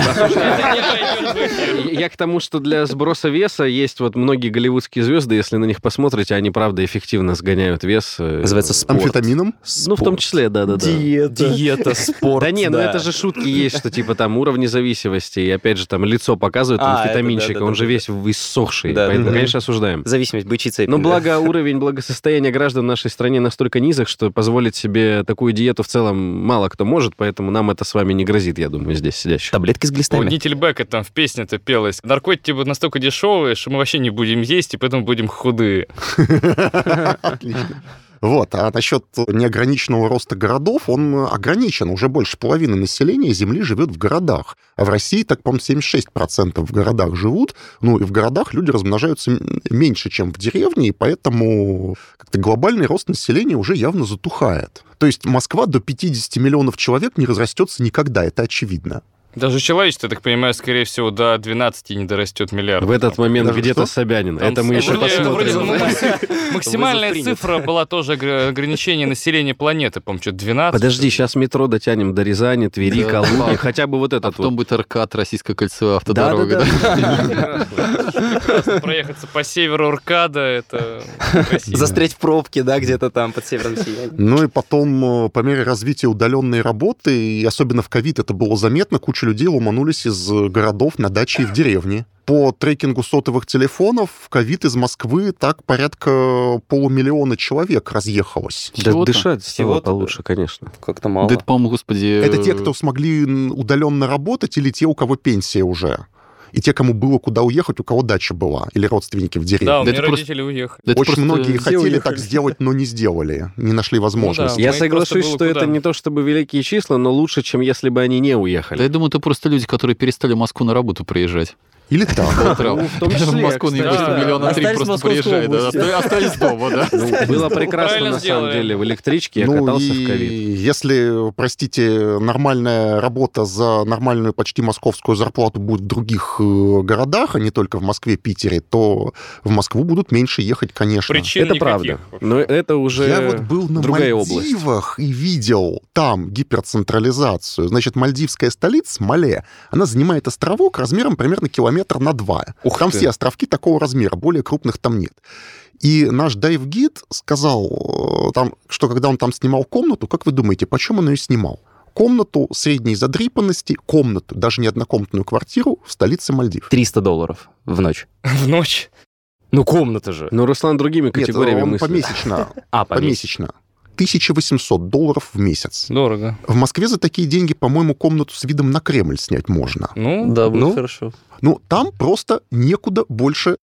я к тому, что для сброса веса есть вот многие голливудские звезды, если на них посмотрите, они, правда, эффективно сгоняют вес. Называется спорт. Амфетамином? Ну, в том числе, да. Диета, спорт. Да не, ну это же шутки есть, что типа там уровни зависимости, и опять же там лицо показывает амфетаминчика, он же весь иссохший, поэтому, конечно, осуждаем. Зависимость, бычий цепень. Но благо уровень благосостояния граждан в нашей стране настолько низок, что позволить себе такую диету в целом мало кто может, поэтому нам это с вами не грозит, я думаю, здесь сидящих. Таблетки с глистами. У Никельбека там в песне-то пелось. Наркотики будут настолько дешевые, что мы вообще не будем есть, и поэтому будем худые. Отлично. Вот, а насчет неограниченного роста городов, он ограничен. Уже больше половины населения Земли живет в городах. А в России, так, по-моему, 76% в городах живут. Ну, и в городах люди размножаются меньше, чем в деревне, и поэтому как-то глобальный рост населения уже явно затухает. То есть Москва до 50 миллионов человек не разрастется никогда, это очевидно. Даже человечество, я так понимаю, скорее всего, до 12 не дорастет миллиардов. В этот момент Даже где-то что? Собянин. Там Это мы еще вроде посмотрим. Максимальная Вызов принят. цифра была тоже ограничение населения планеты, по-моему, что-то 12. Подожди, сейчас метро дотянем до Рязани, Твери, Да. Калуги. Хотя бы вот А этот потом вот. будет РКАТ, Российская кольцевая автодорога. да? Прекрасно проехаться по северу РКАДа, это красиво. Застрять в пробке, да, где-то там под северным сиянием. Ну и потом, по мере развития удаленной работы, и особенно в ковид это было заметно, куча людей ломанулись из городов на дачи и в деревни. По трекингу сотовых телефонов в ковид из Москвы так порядка 500 000 человек разъехалось. Да Всего-то? дышать стало Всего-то, получше, конечно. Как-то мало. Да это, по-моему, господи... Это те, кто смогли удаленно работать, или те, у кого пенсия уже? И те, кому было куда уехать, у кого дача была, или родственники в деревне. Да, у Да меня это просто- родители уехали. Да это Очень просто- многие все хотели уехали. так сделать, но не сделали, не нашли возможности. Ну Я мы соглашусь, просто было что это куда. не то чтобы великие числа, но лучше, чем если бы они не Да уехали. я думаю, это просто люди, которые перестали в Москву на работу приезжать. Или так. По утрам. Ну, в том числе, В Москву, кстати, небось, да. миллиона три Остались в просто Московской приезжают. да. области. Остались дома, да. Ну, было прекрасно, Правильно на самом сделали. деле, в электричке. Я Ну катался и в ковид. если, простите, нормальная работа за нормальную почти московскую зарплату будет в других городах, а не только в Москве, Питере, то в Москву будут меньше ехать, конечно. Причин Это никаких. правда. Но это уже Я вот был на другая область. Мальдивах и видел там гиперцентрализацию. Значит, мальдивская столица, Мале, она занимает островок размером примерно 1-2 километра. Ух Там ты. все островки такого размера, более крупных там нет. И наш дайв-гид сказал, там, что когда он там снимал комнату, как вы думаете, почем он ее снимал? Комнату средней задрипанности, комнату, даже не однокомнатную квартиру в столице Мальдив. $300 в ночь. В ночь. Ну, комната же. Но Руслан другими Нет, категориями он мыслит. помесячно. А, Помесячно. $1800 в месяц. Дорого. В Москве за такие деньги, по-моему, комнату с видом на Кремль снять можно. Ну, Да, будет Ну, хорошо. Ну, там просто некуда больше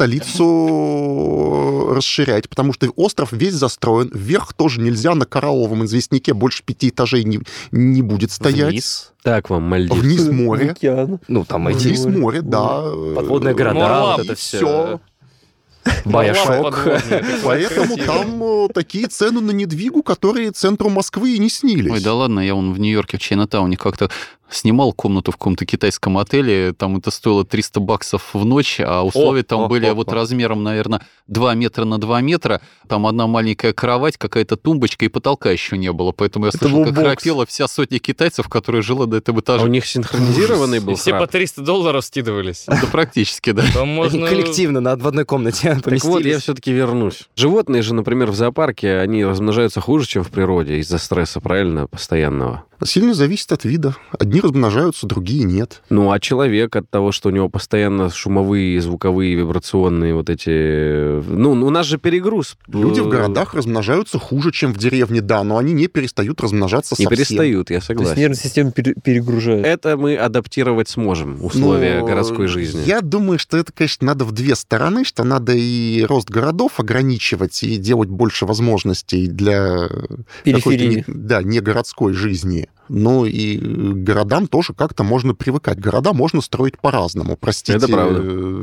столицу расширять, потому что остров весь застроен, вверх тоже нельзя, на коралловом известняке больше 5 этажей не будет стоять. Вниз. Так вам, Мальдив. Вниз В море. океан. Ну, там эти Вниз море, да. подводные города, Мурлап. вот это Всё. все. Байошок. Поэтому там такие цены на недвигу, которые центру Москвы и не снились. Ой, да ладно, я вон в Нью-Йорке, в Чайнатауне как-то снимал комнату в каком-то китайском отеле, там это стоило $300 в ночь, а условия там были вот размером, наверное, 2 метра на 2 метра, там одна маленькая кровать, какая-то тумбочка, и потолка еще не было, поэтому я слышал, был как бокс. храпела вся сотня китайцев, которые жили до этого А этажа. у них синхронизированный был все по храп. $300 скидывались. Да практически, да. Там можно... Коллективно в одной комнате Так вот, я поместились. все-таки вернусь. Животные же, например, в зоопарке, они размножаются хуже, чем в природе из-за стресса, правильно, постоянного. Сильно зависит от вида. Одни размножаются, другие нет. Ну, а человек от того, что у него постоянно шумовые, звуковые, вибрационные вот эти... Ну, у нас же перегруз. Люди в городах размножаются хуже, чем в деревне, да, но они не перестают размножаться Не совсем. перестают, я То есть согласен. нервная система перегружает. Это мы адаптировать сможем, условия Но городской жизни. Я думаю, что это, конечно, надо в две стороны, что надо и рост городов ограничивать, и делать больше возможностей для Периферии. какой-то не городской жизни. Но и городам тоже как-то можно привыкать. Города можно строить по-разному. Простите, Это правда.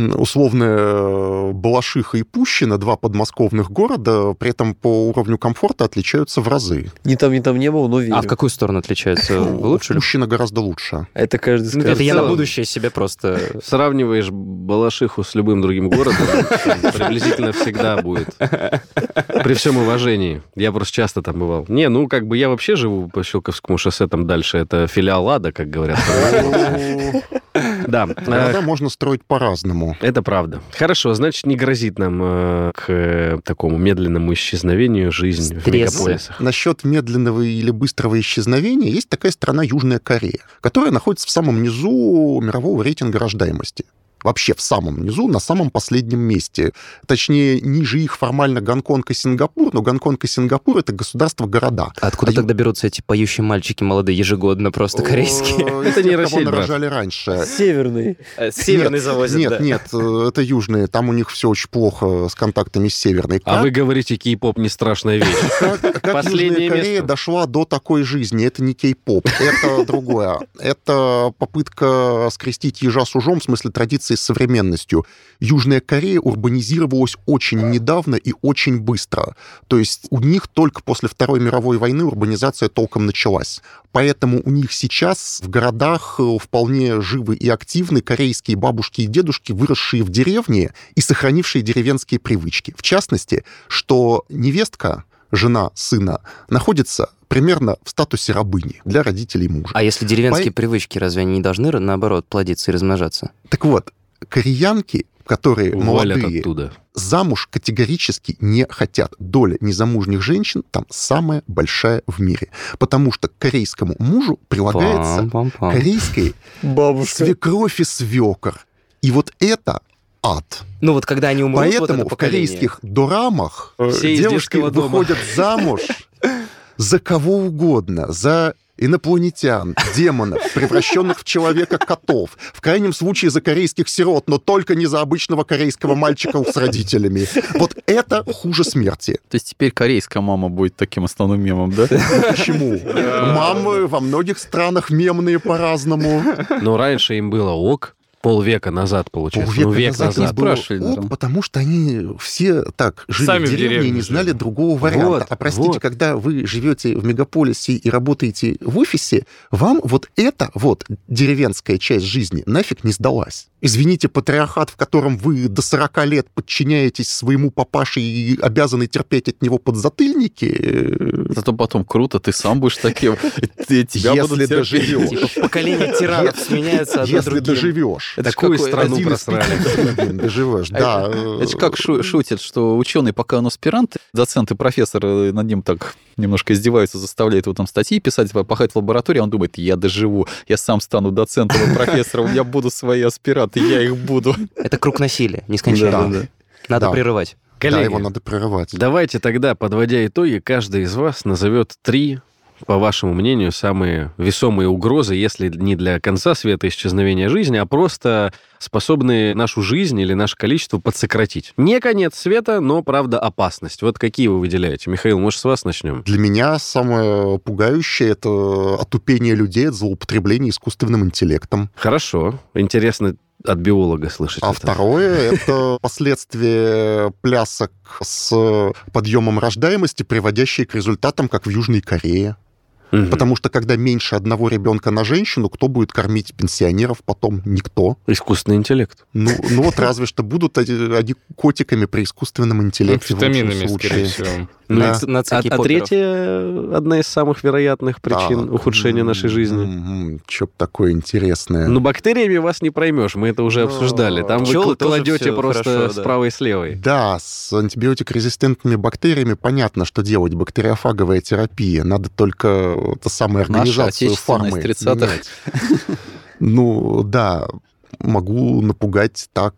Условно, Балашиха и Пущино, 2 подмосковных города, при этом по уровню комфорта отличаются в разы. Ни там не было, но верю. А в какую сторону отличается? Лучше ли? Пущино гораздо лучше. Это каждый Ну, скажет. Это я в на целом. будущее себе просто... Сравниваешь Балашиху с любым другим городом, приблизительно всегда будет. При всем уважении. Я просто часто там бывал. Не, ну, как бы я вообще живу по Щелковскому шоссе, там дальше. Это филиал ада, как говорят. Да. Города можно строить по-разному. Это правда. Хорошо, значит, не грозит нам к такому медленному исчезновению жизнь в Стресс. мегаполисах. Насчет медленного или быстрого исчезновения есть такая страна Южная Корея, которая находится в самом низу мирового рейтинга рождаемости. Вообще в самом низу, на самом последнем месте. Точнее, ниже их формально Гонконг и Сингапур, но Гонконг и Сингапур — это государства-города. Откуда тогда берутся эти поющие мальчики молодые ежегодно, просто корейские? Это не Кого Россия, брат. нарожали раньше. Северный. Северный завозят, да. Нет, это южные. Там у них все очень плохо с контактами с северной. А вы говорите, кей-поп не страшная вещь. Как Последнее Южная Корея место. дошла до такой жизни? Это не кей-поп, это другое. Это попытка скрестить ежа с ужом, в смысле традиции конкуренции с современностью. Южная Корея урбанизировалась очень недавно и очень быстро. То есть у них только после Второй мировой войны урбанизация толком началась. Поэтому у них сейчас в городах вполне живы и активны корейские бабушки и дедушки, выросшие в деревне и сохранившие деревенские привычки. В частности, что невестка, жена сына, находится примерно в статусе рабыни для родителей мужа. А если деревенские привычки, разве они не должны, наоборот, плодиться и размножаться? Так вот, кореянки, которые молодые, оттуда. Замуж категорически не хотят. Доля незамужних женщин там самая большая в мире. Потому что к корейскому мужу прилагается корейская свекровь и свекор. И вот это ад. Ну вот когда они умрут, поэтому вот в корейских дорамах Все девушки выходят замуж за кого угодно, за инопланетян, демонов, превращенных в человека котов, в крайнем случае за корейских сирот, но только не за обычного корейского мальчика с родителями. Вот это хуже смерти. То есть теперь корейская мама будет таким основным мемом, да? Почему? Мамы во многих странах мемные по-разному. Но раньше им было ок. Полвека назад, получается. Век назад. Было потому что они все так жили сами в деревне и не знали другого варианта. А простите, когда вы живете в мегаполисе и работаете в офисе, вам вот эта вот деревенская часть жизни нафиг не сдалась. Извините, патриархат, в котором вы до 40 лет подчиняетесь своему папаше и обязаны терпеть от него подзатыльники. Зато потом круто, ты сам будешь таким. Если доживешь. Типа поколения тиранов сменяются одно Если другим. доживешь. Такую страну просрали. Доживешь, да. Это же как шутят, что ученый, пока он аспирант, доцент и профессор над ним так немножко издеваются, заставляют его там статьи писать, пахать в лаборатории, а он думает, я доживу, я сам стану доцентом и профессором, я буду свои аспиранты, я их буду. Это круг насилия, нескончаемый. Надо прерывать. Да, его надо прерывать. Давайте тогда, подводя итоги, каждый из вас назовет 3, по вашему мнению, самые весомые угрозы, если не для конца света исчезновения жизни, а просто способные нашу жизнь или наше количество подсократить. Не конец света, но, правда, опасность. Вот какие вы выделяете? Михаил, может, с вас начнем? Для меня самое пугающее — это отупение людей от злоупотребления искусственным интеллектом. Хорошо. Интересно от биолога слышать. А второе — это последствия плясок с подъемом рождаемости, приводящие к результатам, как в Южной Корее. Потому что когда меньше одного ребенка на женщину, кто будет кормить пенсионеров потом? Никто. Искусственный интеллект. Ну вот разве что будут они котиками при искусственном интеллекте. Амфетаминами, скорее всего. Да. А третья одна из самых вероятных причин ухудшения нашей жизни. Что-то такое интересное. Ну, бактериями вас не проймешь, мы это уже обсуждали. Там вы кладете просто справа и слева. Да, с антибиотикорезистентными бактериями понятно, что делать. Бактериофаговая терапия. Надо только это самую организацию фармы из 30-х. Ну, да, могу напугать так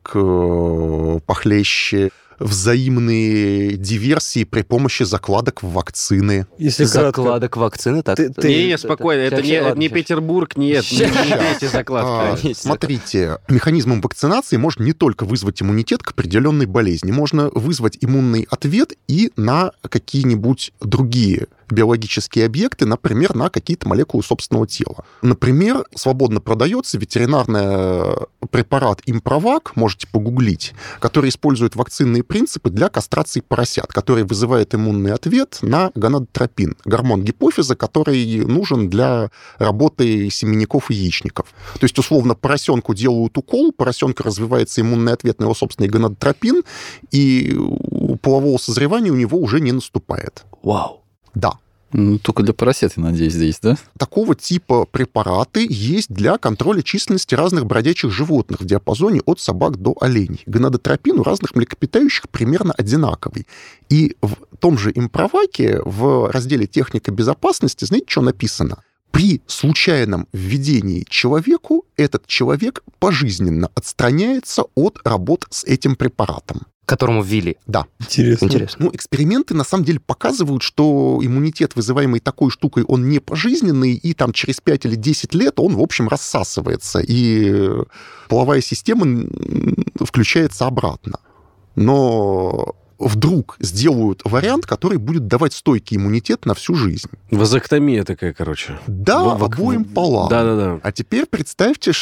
похлеще взаимные диверсии при помощи закладок в вакцины. Если закладок вакцины, так? Не, спокойно, это не Петербург, нет, не эти закладки. Смотрите, механизмом вакцинации можно не только вызвать иммунитет к определенной болезни, можно вызвать иммунный ответ и на какие-нибудь другие биологические объекты, например, на какие-то молекулы собственного тела. Например, свободно продается ветеринарный препарат Импровак, можете погуглить, который использует вакцинные принципы для кастрации поросят, который вызывает иммунный ответ на гонадотропин, гормон гипофиза, который нужен для работы семенников и яичников. То есть, условно, поросенку делают укол, у поросенка развивается иммунный ответ на его собственный гонадотропин, и полового созревания у него уже не наступает. Вау. Да. Ну, только для поросят, я надеюсь, здесь, да? Такого типа препараты есть для контроля численности разных бродячих животных в диапазоне от собак до оленей. Гонадотропин у разных млекопитающих примерно одинаковый. И в том же Импроваке в разделе «Техника безопасности», знаете, что написано? При случайном введении человеку этот человек пожизненно отстраняется от работ с этим препаратом. Которому ввели. Да. Интересно. Ну, эксперименты на самом деле показывают, что иммунитет, вызываемый такой штукой, он не пожизненный, и там через 5 или 10 лет он, в общем, рассасывается, и половая система включается обратно. Но вдруг сделают вариант, который будет давать стойкий иммунитет на всю жизнь. Вазоктомия такая, короче. Да, обоим полам. Да. А теперь представьте,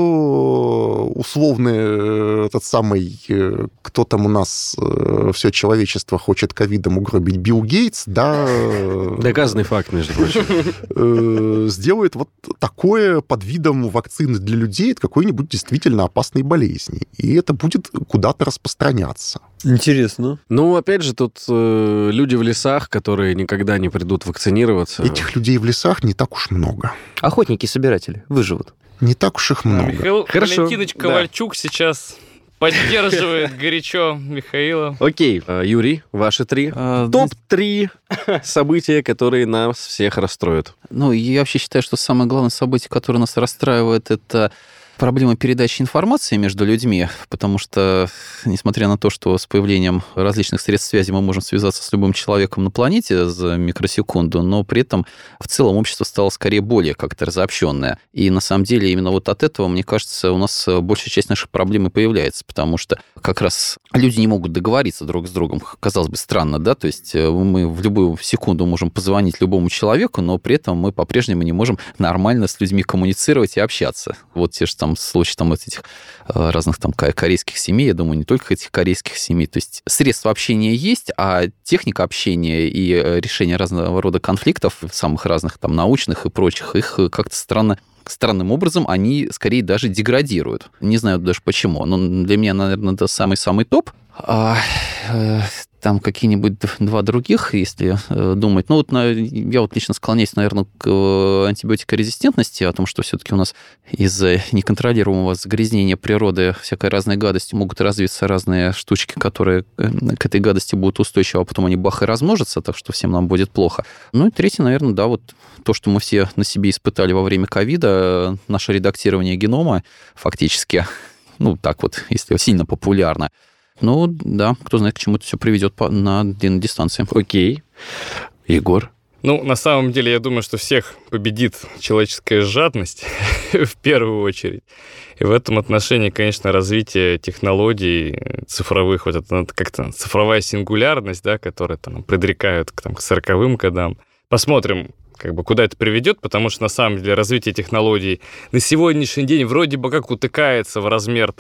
что условно этот самый, кто там у нас все человечество хочет ковидом угробить, Билл Гейтс, да... Доказанный факт, между прочим. Сделает вот такое под видом вакцины для людей от какой-нибудь действительно опасной болезни. И это будет куда-то распространяться. Интересно. Ну, опять же, тут люди в лесах, которые никогда не придут вакцинироваться. Этих людей в лесах не так уж много. Охотники-собиратели выживут. Не так уж их много. Михаил Хорошо. Валентинович Ковальчук сейчас поддерживает горячо Михаила. Окей, Юрий, ваши 3. Топ-3 события, которые нас всех расстроят. Ну, я вообще считаю, что самое главное событие, которое нас расстраивает, это проблема передачи информации между людьми, потому что, несмотря на то, что с появлением различных средств связи мы можем связаться с любым человеком на планете за микросекунду, но при этом в целом общество стало скорее более как-то разобщенное. И на самом деле именно вот от этого, мне кажется, у нас большая часть наших проблем и появляется, потому что как раз люди не могут договориться друг с другом. Казалось бы, странно, да? То есть мы в любую секунду можем позвонить любому человеку, но при этом мы по-прежнему не можем нормально с людьми коммуницировать и общаться. Вот те же там случаи там этих разных там корейских семей, я думаю, не только этих корейских семей. То есть средства общения есть, а техника общения и решение разного рода конфликтов, самых разных там научных и прочих, их как-то странным образом они скорее даже деградируют. Не знаю даже почему. Но для меня, наверное, это самый-самый топ. Там какие-нибудь 2 других, если думать. Ну, вот я вот лично склоняюсь, наверное, к антибиотикорезистентности, о том, что все-таки у нас из-за неконтролируемого загрязнения природы всякой разной гадости могут развиться разные штучки, которые к этой гадости будут устойчивы, а потом они бах и размножатся, так что всем нам будет плохо. Ну и третье, наверное, да, вот то, что мы все на себе испытали во время ковида, наше редактирование генома фактически, ну, так вот, если сильно популярно. Ну, да, кто знает, к чему это все приведет на длинной дистанции. Окей. Егор? Ну, на самом деле, я думаю, что всех победит человеческая жадность в первую очередь. И в этом отношении, конечно, развитие технологий цифровых, вот это как-то цифровая сингулярность, да, которая там предрекают к 40-м годам. Посмотрим, куда это приведет, потому что, на самом деле, развитие технологий на сегодняшний день вроде бы как утыкается в размер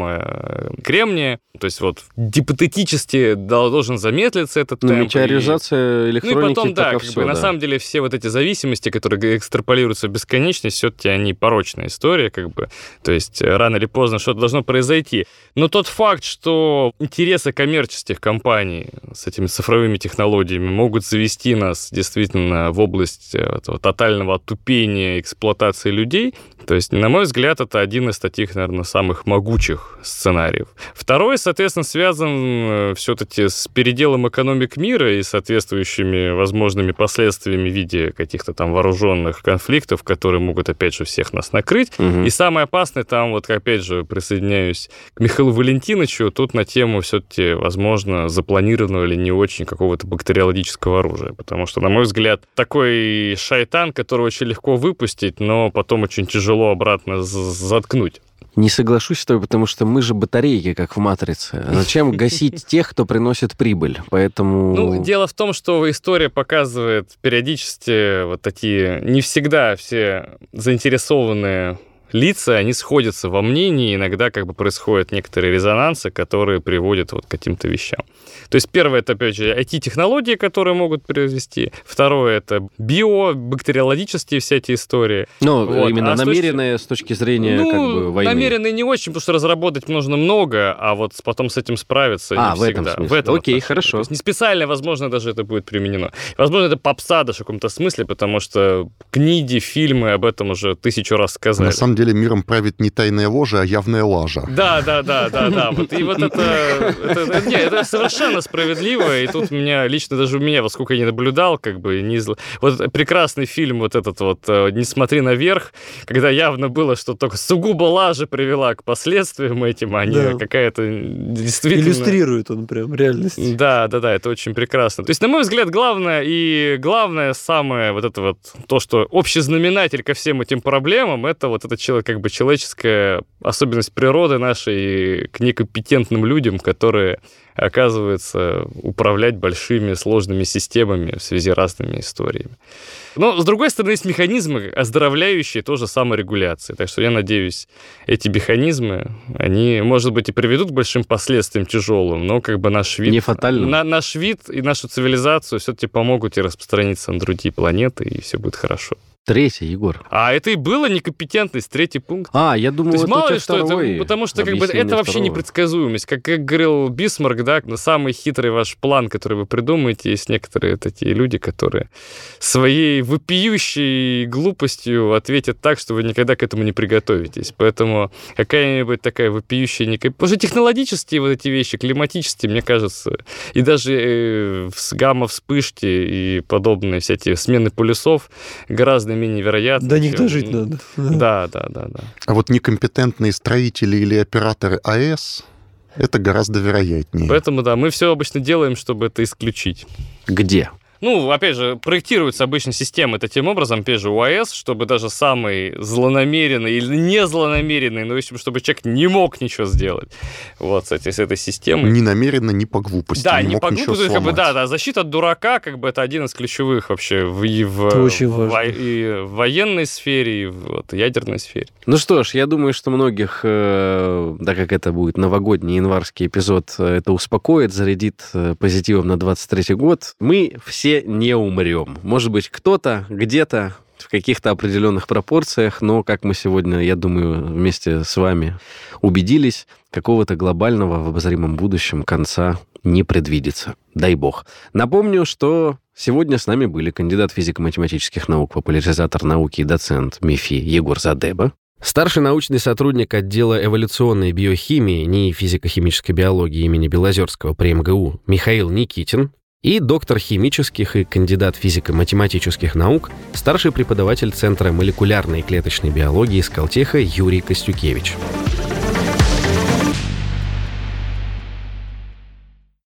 атома кремния, то есть вот гипотетически должен замедлиться этот темп. Метеоризация электроники. Ну и потом, да, все, на самом деле все вот эти зависимости, которые экстраполируются в бесконечность, все-таки они порочная история, то есть рано или поздно что-то должно произойти. Но тот факт, что интересы коммерческих компаний с этими цифровыми технологиями могут завести нас действительно в область этого тотального отупения, эксплуатации людей, то есть, на мой взгляд, это один из таких, наверное, самых могучих сценариев. Второй, соответственно, связан все-таки с переделом экономик мира и соответствующими возможными последствиями в виде каких-то там вооруженных конфликтов, которые могут, опять же, всех нас накрыть. Угу. И самое опасное там, вот опять же, присоединяюсь к Михаилу Валентиновичу, тут на тему все-таки, возможно, запланированного или не очень какого-то бактериологического оружия. Потому что, на мой взгляд, такой шайтан, который очень легко выпустить, но потом очень тяжело обратно заткнуть. Не соглашусь с тобой, потому что мы же батарейки, как в «Матрице». Зачем гасить тех, кто приносит прибыль? Поэтому... Ну, дело в том, что история показывает периодически вот такие... Не всегда все заинтересованные лица, они сходятся во мнении, иногда происходят некоторые резонансы, которые приводят вот к каким-то вещам. То есть первое, это, опять же, IT-технологии, которые могут привести. Второе, это бактериологические все эти истории. Ну, вот. Именно намеренные с точки зрения войны. Намеренные не очень, потому что разработать нужно много, а вот потом с этим справиться не всегда. В этом окей, хорошо. То есть не специально, возможно, даже это будет применено. Возможно, это попса даже в каком-то смысле, потому что книги, фильмы об этом уже 1000 раз сказали. На самом деле миром правит не тайная ложа, а явная лажа. Да. Вот. И вот это совершенно справедливо, и тут лично даже у меня, во сколько я не наблюдал, вот прекрасный фильм вот этот вот «Не смотри наверх», когда явно было, что только сугубо лажа привела к последствиям этим, а не какая-то действительно... Иллюстрирует он прям реальность. Да, это очень прекрасно. То есть, на мой взгляд, главное самое вот это вот, то, что общий знаменатель ко всем этим проблемам, это вот эта человеческая особенность природы нашей к некомпетентным людям, которые, оказывается, управлять большими сложными системами в связи с разными историями. Но, с другой стороны, есть механизмы, оздоровляющие тоже саморегуляции. Так что я надеюсь, эти механизмы, они, может быть, и приведут к большим последствиям тяжелым, но как бы наш вид... Не фатальным. Наш вид и нашу цивилизацию все-таки помогут и распространиться на другие планеты, и все будет хорошо. Третий, Егор. А это и было некомпетентность, третий пункт. Я думал, то есть, это мало ли что это, потому что как бы, это вообще непредсказуемость. Как говорил Бисмарк, да, самый хитрый ваш план, который вы придумаете, есть некоторые такие люди, которые своей вопиющей глупостью ответят так, что вы никогда к этому не приготовитесь. Поэтому какая-нибудь такая вопиющая... Потому что технологические вот эти вещи, климатические, мне кажется, и даже гамма-вспышки и подобные всякие смены полюсов гораздо менее вероятно. До них дожить надо. Да. А вот некомпетентные строители или операторы АЭС, это гораздо вероятнее. Поэтому, да, мы все обычно делаем, чтобы это исключить. Где? Ну, опять же, проектируются обычно системы таким образом, опять же, у АЭС, чтобы даже самый злонамеренный или не злонамеренный, но в общем, чтобы человек не мог ничего сделать. Вот, с этой системой. Ни намеренно, ни по глупости. Да, не по мог ничего глупости, сломать. да, защита от дурака, как бы это один из ключевых вообще и в военной сфере, и в ядерной сфере. Ну что ж, я думаю, что многих, да как это будет новогодний январский эпизод, это успокоит, зарядит позитивом на 23-й год. Мы все не умрем. Может быть, кто-то где-то в каких-то определенных пропорциях, но, как мы сегодня, я думаю, вместе с вами убедились, какого-то глобального в обозримом будущем конца не предвидится. Дай бог. Напомню, что сегодня с нами были кандидат физико-математических наук, популяризатор науки и доцент МИФИ Егор Задеба, старший научный сотрудник отдела эволюционной биохимии НИИ физико-химической биологии имени Белозерского при МГУ Михаил Никитин и доктор химических и кандидат физико-математических наук, старший преподаватель Центра молекулярной и клеточной биологии Скалтеха Юрий Костюкевич.